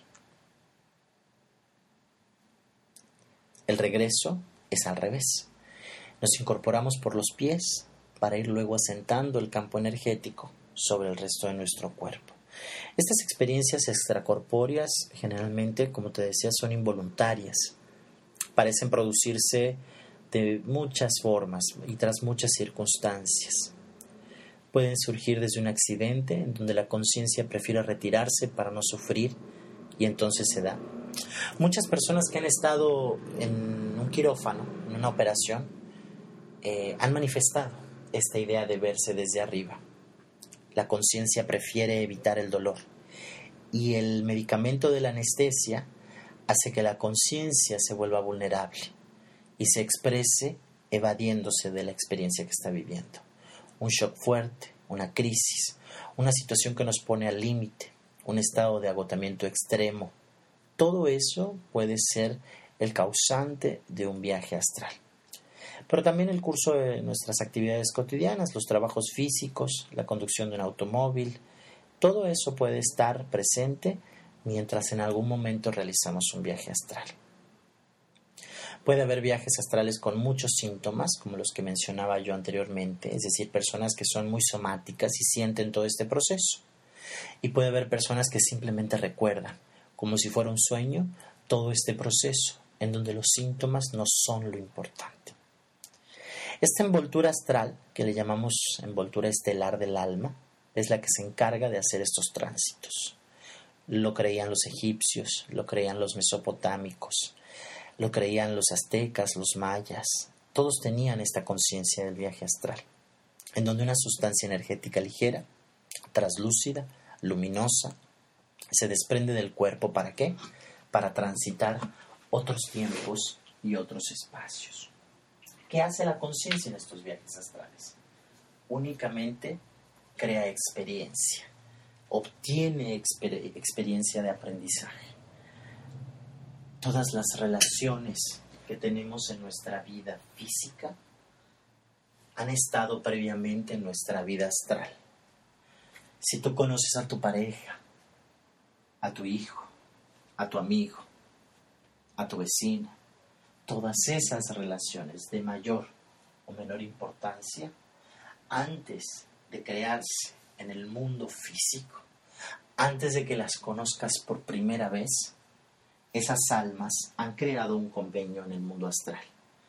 El regreso es al revés. Nos incorporamos por los pies para ir luego asentando el campo energético sobre el resto de nuestro cuerpo. Estas experiencias extracorpóreas generalmente, como te decía, son involuntarias. Parecen producirse de muchas formas y tras muchas circunstancias. Pueden surgir desde un accidente en donde la conciencia prefiere retirarse para no sufrir y entonces se da. Muchas personas que han estado en un quirófano, en una operación, eh, han manifestado esta idea de verse desde arriba. La conciencia prefiere evitar el dolor y el medicamento de la anestesia hace que la conciencia se vuelva vulnerable y se exprese evadiéndose de la experiencia que está viviendo. Un shock fuerte, una crisis, una situación que nos pone al límite, un estado de agotamiento extremo. Todo eso puede ser el causante de un viaje astral. Pero también el curso de nuestras actividades cotidianas, los trabajos físicos, la conducción de un automóvil, todo eso puede estar presente mientras en algún momento realizamos un viaje astral. Puede haber viajes astrales con muchos síntomas, como los que mencionaba yo anteriormente, es decir, personas que son muy somáticas y sienten todo este proceso. Y puede haber personas que simplemente recuerdan, como si fuera un sueño, todo este proceso, en donde los síntomas no son lo importante. Esta envoltura astral, que le llamamos envoltura estelar del alma, es la que se encarga de hacer estos tránsitos. Lo creían los egipcios, lo creían los mesopotámicos, lo creían los aztecas, los mayas. Todos tenían esta conciencia del viaje astral, en donde una sustancia energética ligera, traslúcida, luminosa, se desprende del cuerpo. ¿Para qué? Para transitar otros tiempos y otros espacios. ¿Qué hace la conciencia en estos viajes astrales? Únicamente crea experiencia, obtiene exper- experiencia de aprendizaje. Todas las relaciones que tenemos en nuestra vida física han estado previamente en nuestra vida astral. Si tú conoces a tu pareja, a tu hijo, a tu amigo, a tu vecina, todas esas relaciones de mayor o menor importancia, antes de crearse en el mundo físico, antes de que las conozcas por primera vez, esas almas han creado un convenio en el mundo astral.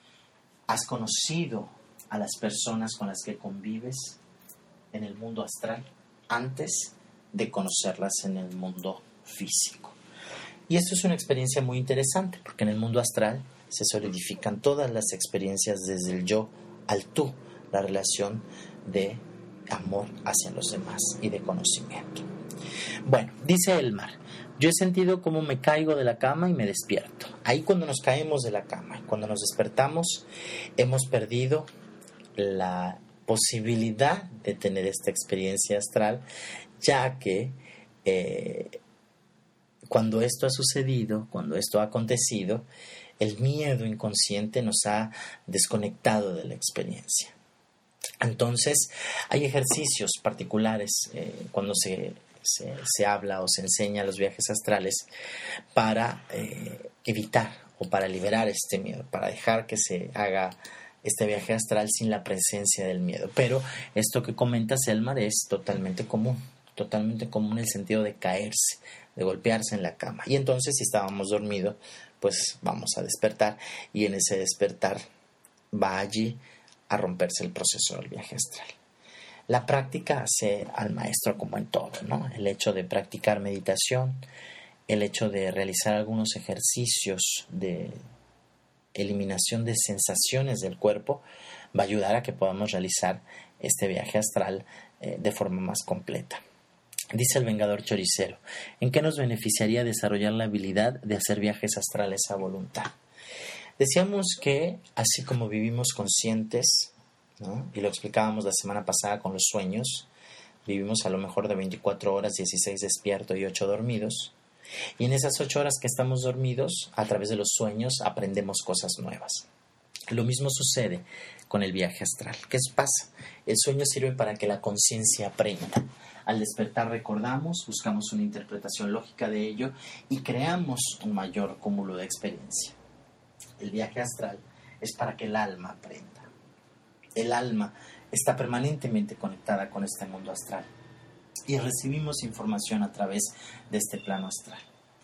Has conocido a las personas con las que convives en el mundo astral antes de conocerlas en el mundo físico. Y esto es una experiencia muy interesante, porque en el mundo astral se solidifican todas las experiencias desde el yo al tú, la relación de amor hacia los demás y de conocimiento. Bueno, dice Elmar, yo he sentido cómo me caigo de la cama y me despierto. Ahí cuando nos caemos de la cama y cuando nos despertamos, hemos perdido la posibilidad de tener esta experiencia astral, ya que eh, cuando esto ha sucedido, cuando esto ha acontecido, el miedo inconsciente nos ha desconectado de la experiencia. Entonces, hay ejercicios particulares eh, cuando se, se, se habla o se enseña los viajes astrales para eh, evitar o para liberar este miedo, para dejar que se haga este viaje astral sin la presencia del miedo. Pero esto que comentas, Elmar, es totalmente común, totalmente común en el sentido de caerse, de golpearse en la cama. Y entonces, si estábamos dormidos, pues vamos a despertar, y en ese despertar va allí a romperse el proceso del viaje astral. La práctica hace al maestro como en todo, ¿no? El hecho de practicar meditación, el hecho de realizar algunos ejercicios de eliminación de sensaciones del cuerpo va a ayudar a que podamos realizar este viaje astral eh, de forma más completa. Dice el Vengador Choricero, ¿en qué nos beneficiaría desarrollar la habilidad de hacer viajes astrales a voluntad? Decíamos que así como vivimos conscientes, ¿no? Y lo explicábamos la semana pasada con los sueños, vivimos a lo mejor de veinticuatro horas, dieciséis despiertos y ocho dormidos, y en esas ocho horas que estamos dormidos, a través de los sueños aprendemos cosas nuevas. Lo mismo sucede con el viaje astral. ¿Qué pasa? El sueño sirve para que la conciencia aprenda. Al despertar recordamos, buscamos una interpretación lógica de ello y creamos un mayor cúmulo de experiencia. El viaje astral es para que el alma aprenda. El alma está permanentemente conectada con este mundo astral y recibimos información a través de este plano astral.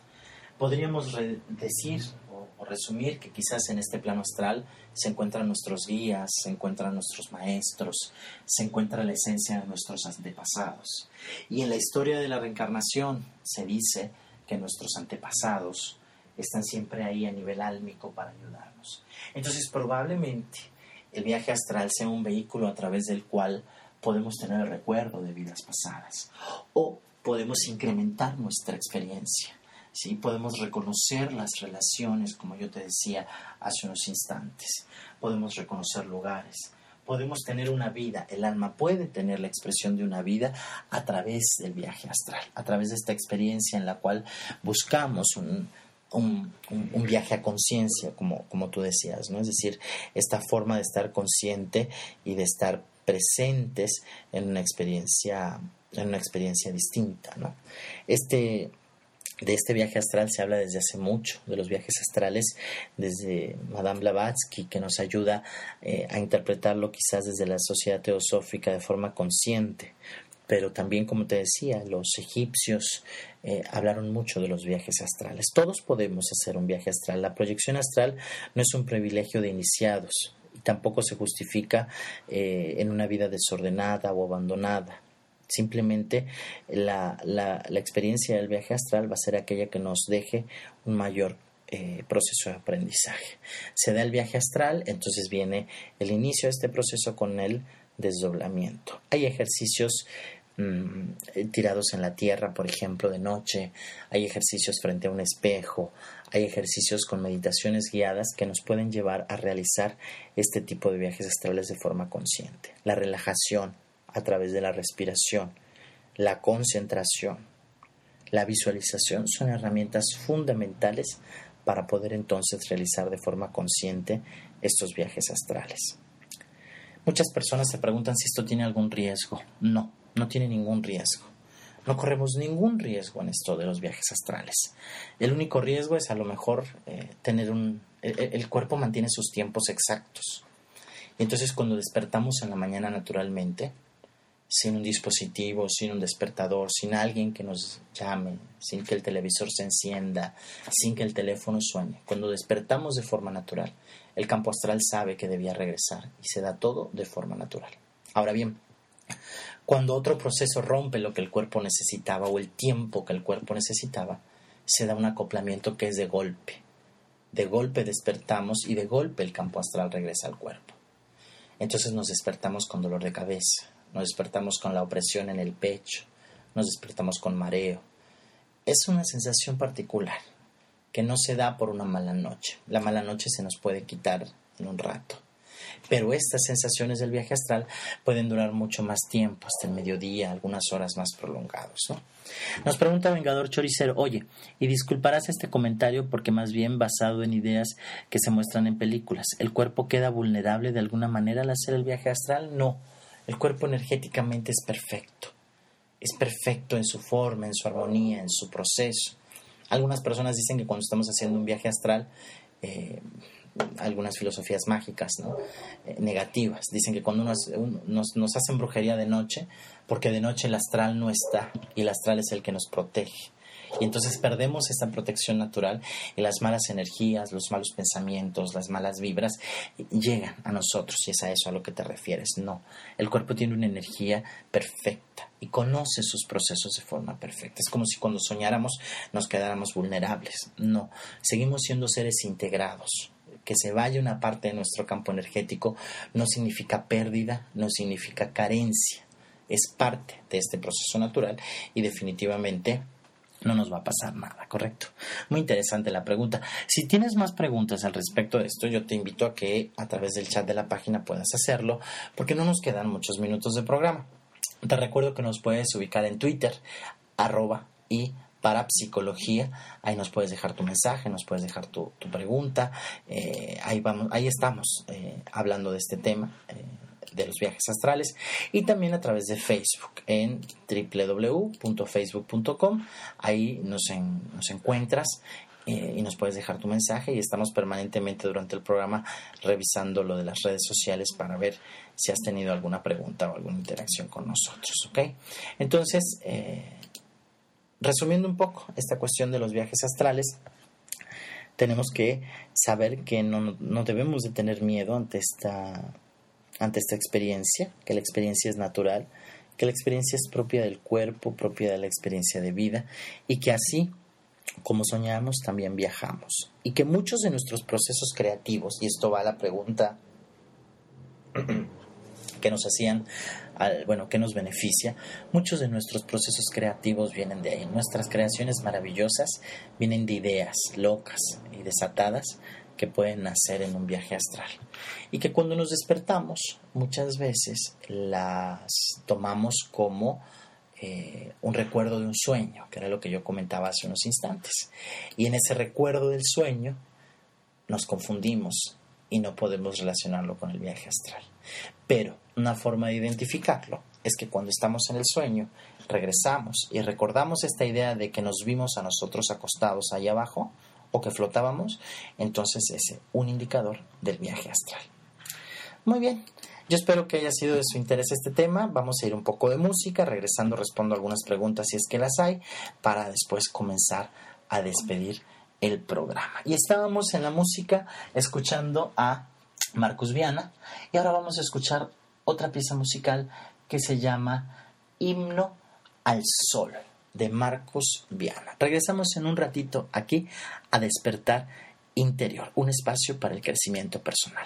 Podríamos re- decir o, o resumir que quizás en este plano astral se encuentran nuestros guías, se encuentran nuestros maestros, se encuentra la esencia de nuestros antepasados. Y en la historia de la reencarnación se dice que nuestros antepasados están siempre ahí a nivel álmico para ayudarnos. Entonces, probablemente el viaje astral sea un vehículo a través del cual podemos tener el recuerdo de vidas pasadas o podemos incrementar nuestra experiencia. ¿Sí? Podemos reconocer las relaciones, como yo te decía hace unos instantes. Podemos reconocer lugares. Podemos tener una vida. El alma puede tener la expresión de una vida a través del viaje astral, a través de esta experiencia en la cual buscamos un, un, un, un viaje a conciencia, como, como tú decías, ¿no? Es decir, esta forma de estar consciente y de estar presentes en una experiencia, en una experiencia distinta, ¿no? Este... De este viaje astral se habla desde hace mucho, de los viajes astrales, desde Madame Blavatsky, que nos ayuda eh, a interpretarlo quizás desde la sociedad teosófica de forma consciente. Pero también, como te decía, los egipcios eh, hablaron mucho de los viajes astrales. Todos podemos hacer un viaje astral. La proyección astral no es un privilegio de iniciados y tampoco se justifica eh, en una vida desordenada o abandonada. Simplemente la, la, la experiencia del viaje astral va a ser aquella que nos deje un mayor eh, proceso de aprendizaje. Se da el viaje astral, entonces viene el inicio de este proceso con el desdoblamiento. Hay ejercicios mmm, tirados en la tierra, por ejemplo, de noche. Hay ejercicios frente a un espejo. Hay ejercicios con meditaciones guiadas que nos pueden llevar a realizar este tipo de viajes astrales de forma consciente. La relajación a través de la respiración, la concentración, la visualización son herramientas fundamentales para poder entonces realizar de forma consciente estos viajes astrales. Muchas personas se preguntan si esto tiene algún riesgo. No, no tiene ningún riesgo. No corremos ningún riesgo en esto de los viajes astrales. El único riesgo es a lo mejor eh, tener un... El, el cuerpo mantiene sus tiempos exactos. Y entonces cuando despertamos en la mañana naturalmente, sin un dispositivo, sin un despertador, sin alguien que nos llame, sin que el televisor se encienda, sin que el teléfono suene, cuando despertamos de forma natural, el campo astral sabe que debía regresar y se da todo de forma natural. Ahora bien, cuando otro proceso rompe lo que el cuerpo necesitaba o el tiempo que el cuerpo necesitaba, se da un acoplamiento que es de golpe. De golpe despertamos y de golpe el campo astral regresa al cuerpo. Entonces nos despertamos con dolor de cabeza, nos despertamos con la opresión en el pecho, nos despertamos con mareo. Es una sensación particular que no se da por una mala noche. La mala noche se nos puede quitar en un rato. Pero estas sensaciones del viaje astral pueden durar mucho más tiempo, hasta el mediodía, algunas horas más prolongados, ¿no? Nos pregunta Vengador Choricero, oye, y disculparás este comentario porque más bien basado en ideas que se muestran en películas, ¿el cuerpo queda vulnerable de alguna manera al hacer el viaje astral? No, el cuerpo energéticamente es perfecto, es perfecto en su forma, en su armonía, en su proceso. Algunas personas dicen que cuando estamos haciendo un viaje astral, eh, algunas filosofías mágicas, ¿no? eh, negativas, dicen que cuando uno, uno nos, nos hacen brujería de noche, porque de noche el astral no está y el astral es el que nos protege. Y entonces perdemos esta protección natural y las malas energías, los malos pensamientos, las malas vibras llegan a nosotros, y es a eso a lo que te refieres. No, el cuerpo tiene una energía perfecta y conoce sus procesos de forma perfecta. Es como si cuando soñáramos nos quedáramos vulnerables. No, seguimos siendo seres integrados. Que se vaya una parte de nuestro campo energético no significa pérdida, no significa carencia. Es parte de este proceso natural y definitivamente no nos va a pasar nada, ¿correcto? Muy interesante la pregunta. Si tienes más preguntas al respecto de esto, yo te invito a que a través del chat de la página puedas hacerlo, porque no nos quedan muchos minutos de programa. Te recuerdo que nos puedes ubicar en Twitter, arroba y parapsicología. Ahí nos puedes dejar tu mensaje, nos puedes dejar tu, tu pregunta. Eh, ahí vamos, ahí estamos eh, hablando de este tema. Eh, de los viajes astrales, y también a través de Facebook en doble u doble u doble u punto facebook punto com. Ahí nos, en, nos encuentras eh, y nos puedes dejar tu mensaje, y estamos permanentemente durante el programa revisando lo de las redes sociales para ver si has tenido alguna pregunta o alguna interacción con nosotros, ¿ok? Entonces, eh, resumiendo un poco esta cuestión de los viajes astrales, tenemos que saber que no, no debemos de tener miedo ante esta ante esta experiencia, que la experiencia es natural, que la experiencia es propia del cuerpo, propia de la experiencia de vida, y que así como soñamos también viajamos, y que muchos de nuestros procesos creativos, y esto va a la pregunta que nos hacían, al, bueno, que nos beneficia, muchos de nuestros procesos creativos vienen de ahí. Nuestras creaciones maravillosas vienen de ideas locas y desatadas que pueden nacer en un viaje astral, y que cuando nos despertamos muchas veces las tomamos como eh, un recuerdo de un sueño, que era lo que yo comentaba hace unos instantes, y en ese recuerdo del sueño nos confundimos y no podemos relacionarlo con el viaje astral. Pero una forma de identificarlo es que cuando estamos en el sueño regresamos y recordamos esta idea de que nos vimos a nosotros acostados ahí abajo o que flotábamos, entonces es un indicador del viaje astral. Muy bien, yo espero que haya sido de su interés este tema. Vamos a ir un poco de música, regresando respondo algunas preguntas si es que las hay, para después comenzar a despedir el programa. Y estábamos en la música escuchando a Marcus Viana, y ahora vamos a escuchar otra pieza musical que se llama Himno al Sol, de Marcus Viana. Regresamos en un ratito aquí a Despertar Interior, un espacio para el crecimiento personal.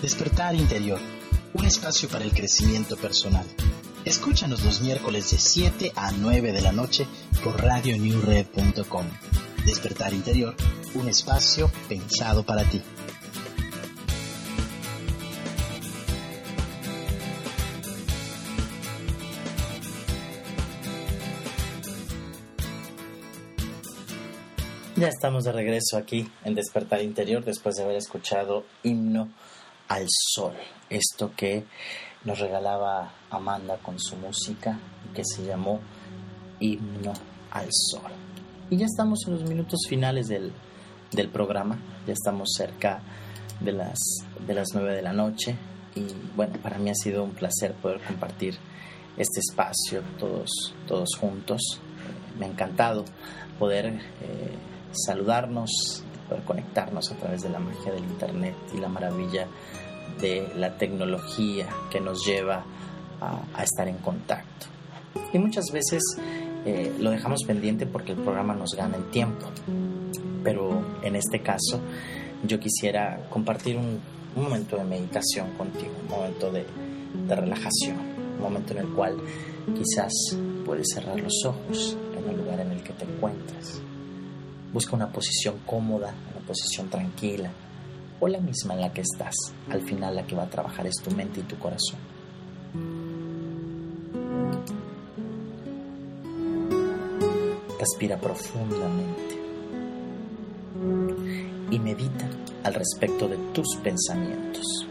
Despertar Interior, un espacio para el crecimiento personal. Escúchanos los miércoles de siete a nueve de la noche por radio new red punto com. Despertar Interior, un espacio pensado para ti. Ya estamos de regreso aquí en Despertar Interior después de haber escuchado Himno al Sol, esto que nos regalaba Amanda con su música que se llamó Himno al Sol. Y ya estamos en los minutos finales del, del programa, ya estamos cerca de las, de las nueve de la noche y bueno, para mí ha sido un placer poder compartir este espacio todos, todos juntos. Eh, me ha encantado poder eh, saludarnos, poder conectarnos a través de la magia del internet y la maravilla de la tecnología que nos lleva a, a estar en contacto. Y muchas veces eh, lo dejamos pendiente porque el programa nos gana el tiempo, pero en este caso yo quisiera compartir un, un momento de meditación contigo, un momento de, de relajación, un momento en el cual quizás puedes cerrar los ojos en el lugar en el que te encuentras. Busca una posición cómoda, una posición tranquila, o la misma en la que estás. Al final la que va a trabajar es tu mente y tu corazón. Respira profundamente y medita al respecto de tus pensamientos.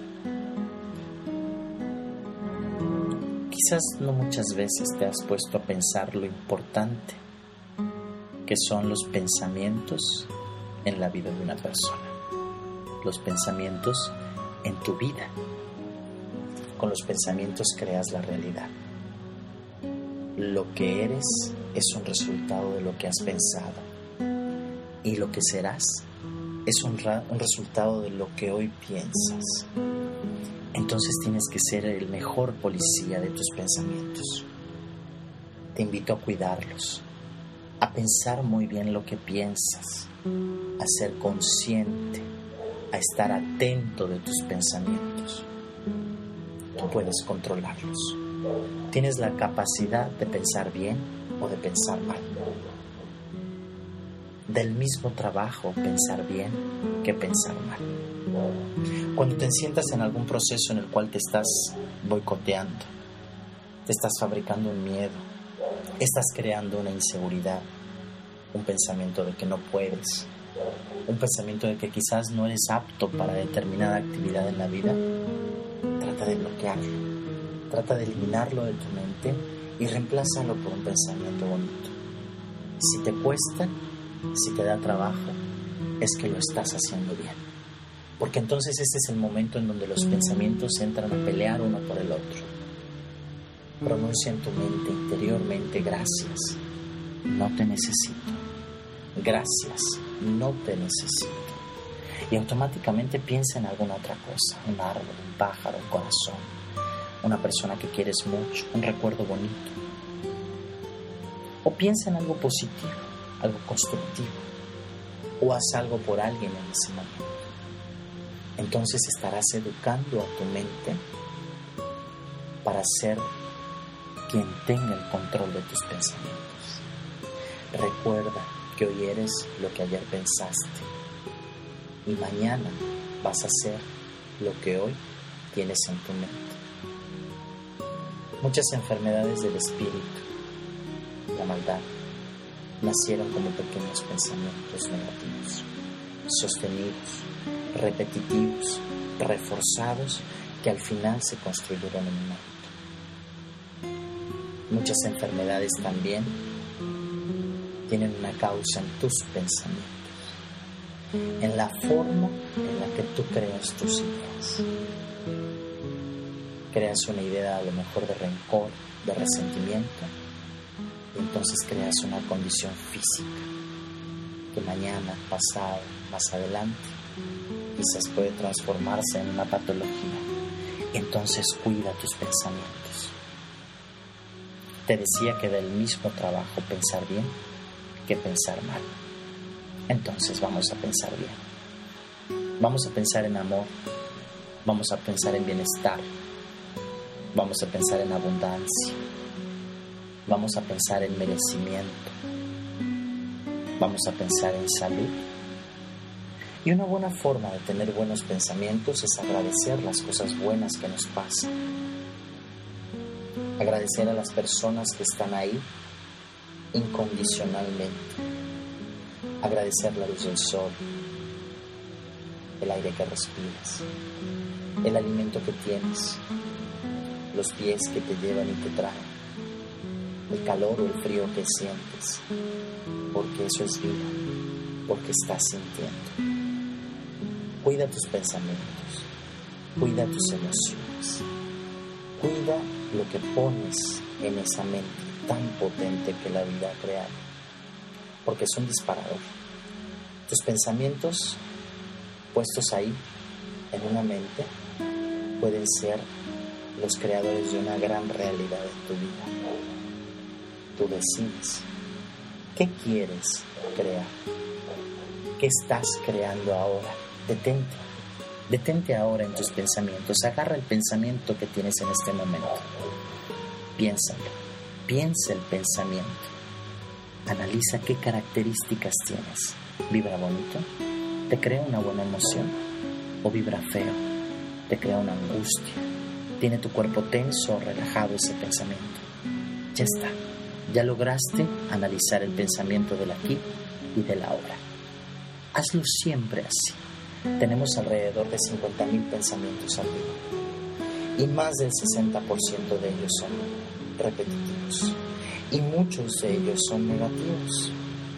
Quizás no muchas veces te has puesto a pensar lo importante que son los pensamientos en la vida de una persona. Los pensamientos en tu vida. Con los pensamientos creas la realidad. Lo que eres es un resultado de lo que has pensado. Y lo que serás es un, ra- un resultado de lo que hoy piensas. Entonces tienes que ser el mejor policía de tus pensamientos. Te invito a cuidarlos, a pensar muy bien lo que piensas, a ser consciente, a estar atento de tus pensamientos. Tú puedes controlarlos. Tienes la capacidad de pensar bien o de pensar mal. Del mismo trabajo pensar bien que pensar mal. Cuando te sientas en algún proceso en el cual te estás boicoteando, te estás fabricando un miedo, estás creando una inseguridad, un pensamiento de que no puedes, un pensamiento de que quizás no eres apto para determinada actividad en la vida, trata de bloquearlo, trata de eliminarlo de tu mente y reemplázalo por un pensamiento bonito. Si te cuesta, si te da trabajo, es que lo estás haciendo bien, porque entonces este es el momento en donde los pensamientos entran a pelear uno por el otro. Pronuncia en tu mente interiormente: gracias, no te necesito. Gracias, no te necesito. Y automáticamente piensa en alguna otra cosa: un árbol, un pájaro, un corazón, una persona que quieres mucho, un recuerdo bonito. O piensa en algo positivo, algo constructivo, o haz algo por alguien en ese momento. Entonces estarás educando a tu mente para ser quien tenga el control de tus pensamientos. Recuerda que hoy eres lo que ayer pensaste y mañana vas a ser lo que hoy tienes en tu mente. Muchas enfermedades del espíritu, la maldad, nacieron como pequeños pensamientos negativos, sostenidos, repetitivos, reforzados, que al final se construyeron en un hábito. Muchas enfermedades también tienen una causa en tus pensamientos, en la forma en la que tú creas tus ideas. Creas una idea a lo mejor de rencor, de resentimiento, y entonces creas una condición física que mañana, pasado, más adelante, quizás puede transformarse en una patología. Entonces cuida tus pensamientos. Te decía que da el mismo trabajo pensar bien que pensar mal. Entonces vamos a pensar bien. Vamos a pensar en amor. Vamos a pensar en bienestar. Vamos a pensar en abundancia. Vamos a pensar en merecimiento. Vamos a pensar en salud. Y una buena forma de tener buenos pensamientos es agradecer las cosas buenas que nos pasan. Agradecer a las personas que están ahí incondicionalmente. Agradecer la luz del sol, el aire que respiras, el alimento que tienes, los pies que te llevan y te traen, el calor o el frío que sientes, porque eso es vida, porque estás sintiendo. Cuida tus pensamientos, cuida tus emociones, cuida lo que pones en esa mente tan potente que la vida ha creado, porque es un disparador. Tus pensamientos puestos ahí en una mente pueden ser los creadores de una gran realidad en tu vida. Tú decides qué quieres crear, qué estás creando ahora. Detente, detente ahora en tus pensamientos. Agarra el pensamiento que tienes en este momento. Piénsalo, piensa el pensamiento. Analiza qué características tienes. ¿Vibra bonito? ¿Te crea una buena emoción? ¿O vibra feo? ¿Te crea una angustia? ¿Tiene tu cuerpo tenso o relajado ese pensamiento? Ya está, ya lograste analizar el pensamiento del aquí y del ahora. Hazlo siempre así. Tenemos alrededor de cincuenta mil pensamientos al día y más del sesenta por ciento de ellos son repetitivos y muchos de ellos son negativos.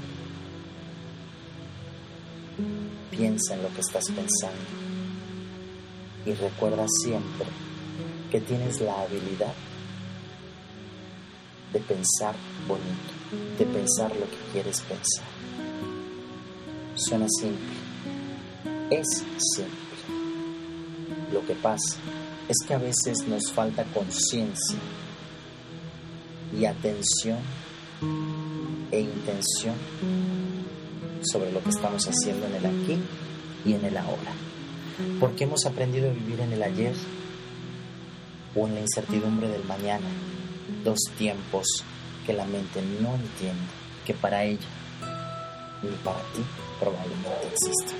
Piensa en lo que estás pensando y recuerda siempre que tienes la habilidad de pensar bonito, de pensar lo que quieres pensar. Suena simple, es simple. Lo que pasa es que a veces nos falta conciencia y atención e intención sobre lo que estamos haciendo en el aquí y en el ahora, porque hemos aprendido a vivir en el ayer o en la incertidumbre del mañana, dos tiempos que la mente no entiende que para ella ni para ti probablemente exista.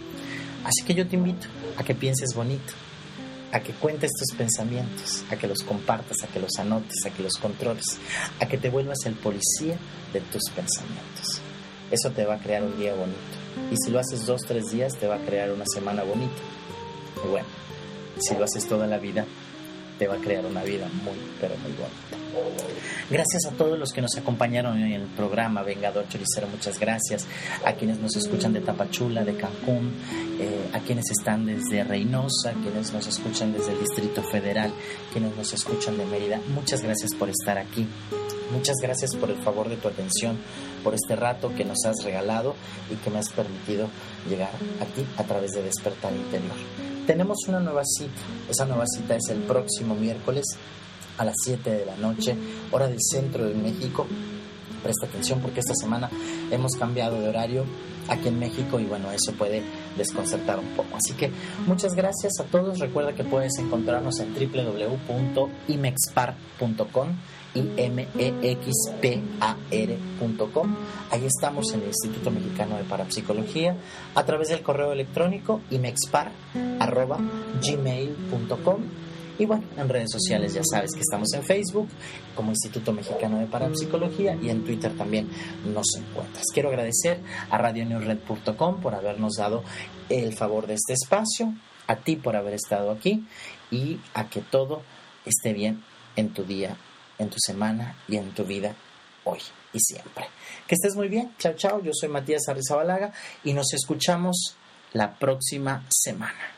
Así que yo te invito a que pienses bonito, a que cuentes tus pensamientos, a que los compartas, a que los anotes, a que los controles, a que te vuelvas el policía de tus pensamientos. Eso te va a crear un día bonito. Y si lo haces dos, tres días, te va a crear una semana bonita. Y bueno, si lo haces toda la vida, te va a crear una vida muy, pero muy bonita. Gracias a todos los que nos acompañaron en el programa Vengador Choricero, muchas gracias. A quienes nos escuchan de Tapachula, de Cancún, eh, a quienes están desde Reynosa, quienes nos escuchan desde el Distrito Federal, quienes nos escuchan de Mérida, muchas gracias por estar aquí. Muchas gracias por el favor de tu atención, por este rato que nos has regalado y que me has permitido llegar a ti a través de Despertar Interior. Tenemos una nueva cita. Esa nueva cita es el próximo miércoles a las siete de la noche, hora del centro de México. Presta atención porque esta semana hemos cambiado de horario aquí en México y bueno, eso puede desconcertar un poco. Así que muchas gracias a todos. Recuerda que puedes encontrarnos en doble u doble u doble u punto imexpar punto com, I M E X P A R punto com. Ahí estamos en el Instituto Mexicano de Parapsicología a través del correo electrónico imexpar arroba gmail punto com. Y bueno, en redes sociales ya sabes que estamos en Facebook como Instituto Mexicano de Parapsicología y en Twitter también nos encuentras. Quiero agradecer a radio new red punto com por habernos dado el favor de este espacio, a ti por haber estado aquí y a que todo esté bien en tu día, en tu semana y en tu vida hoy y siempre. Que estés muy bien. Chao, chao. Yo soy Matías Arrizabalaga y nos escuchamos la próxima semana.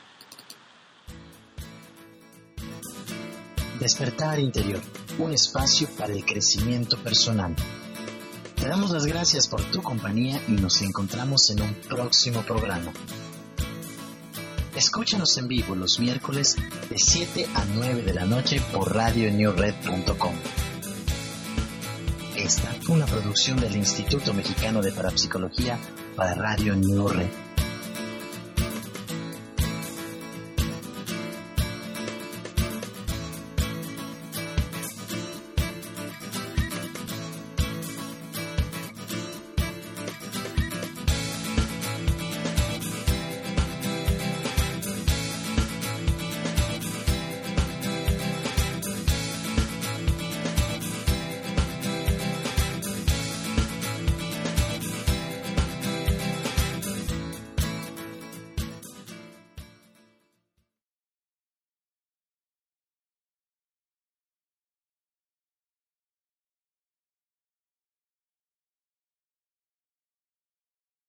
Despertar Interior, un espacio para el crecimiento personal. Te damos las gracias por tu compañía y nos encontramos en un próximo programa. Escúchanos en vivo los miércoles de siete a nueve de la noche por radio new red punto com. Esta fue una producción del Instituto Mexicano de Parapsicología para Radio New Red.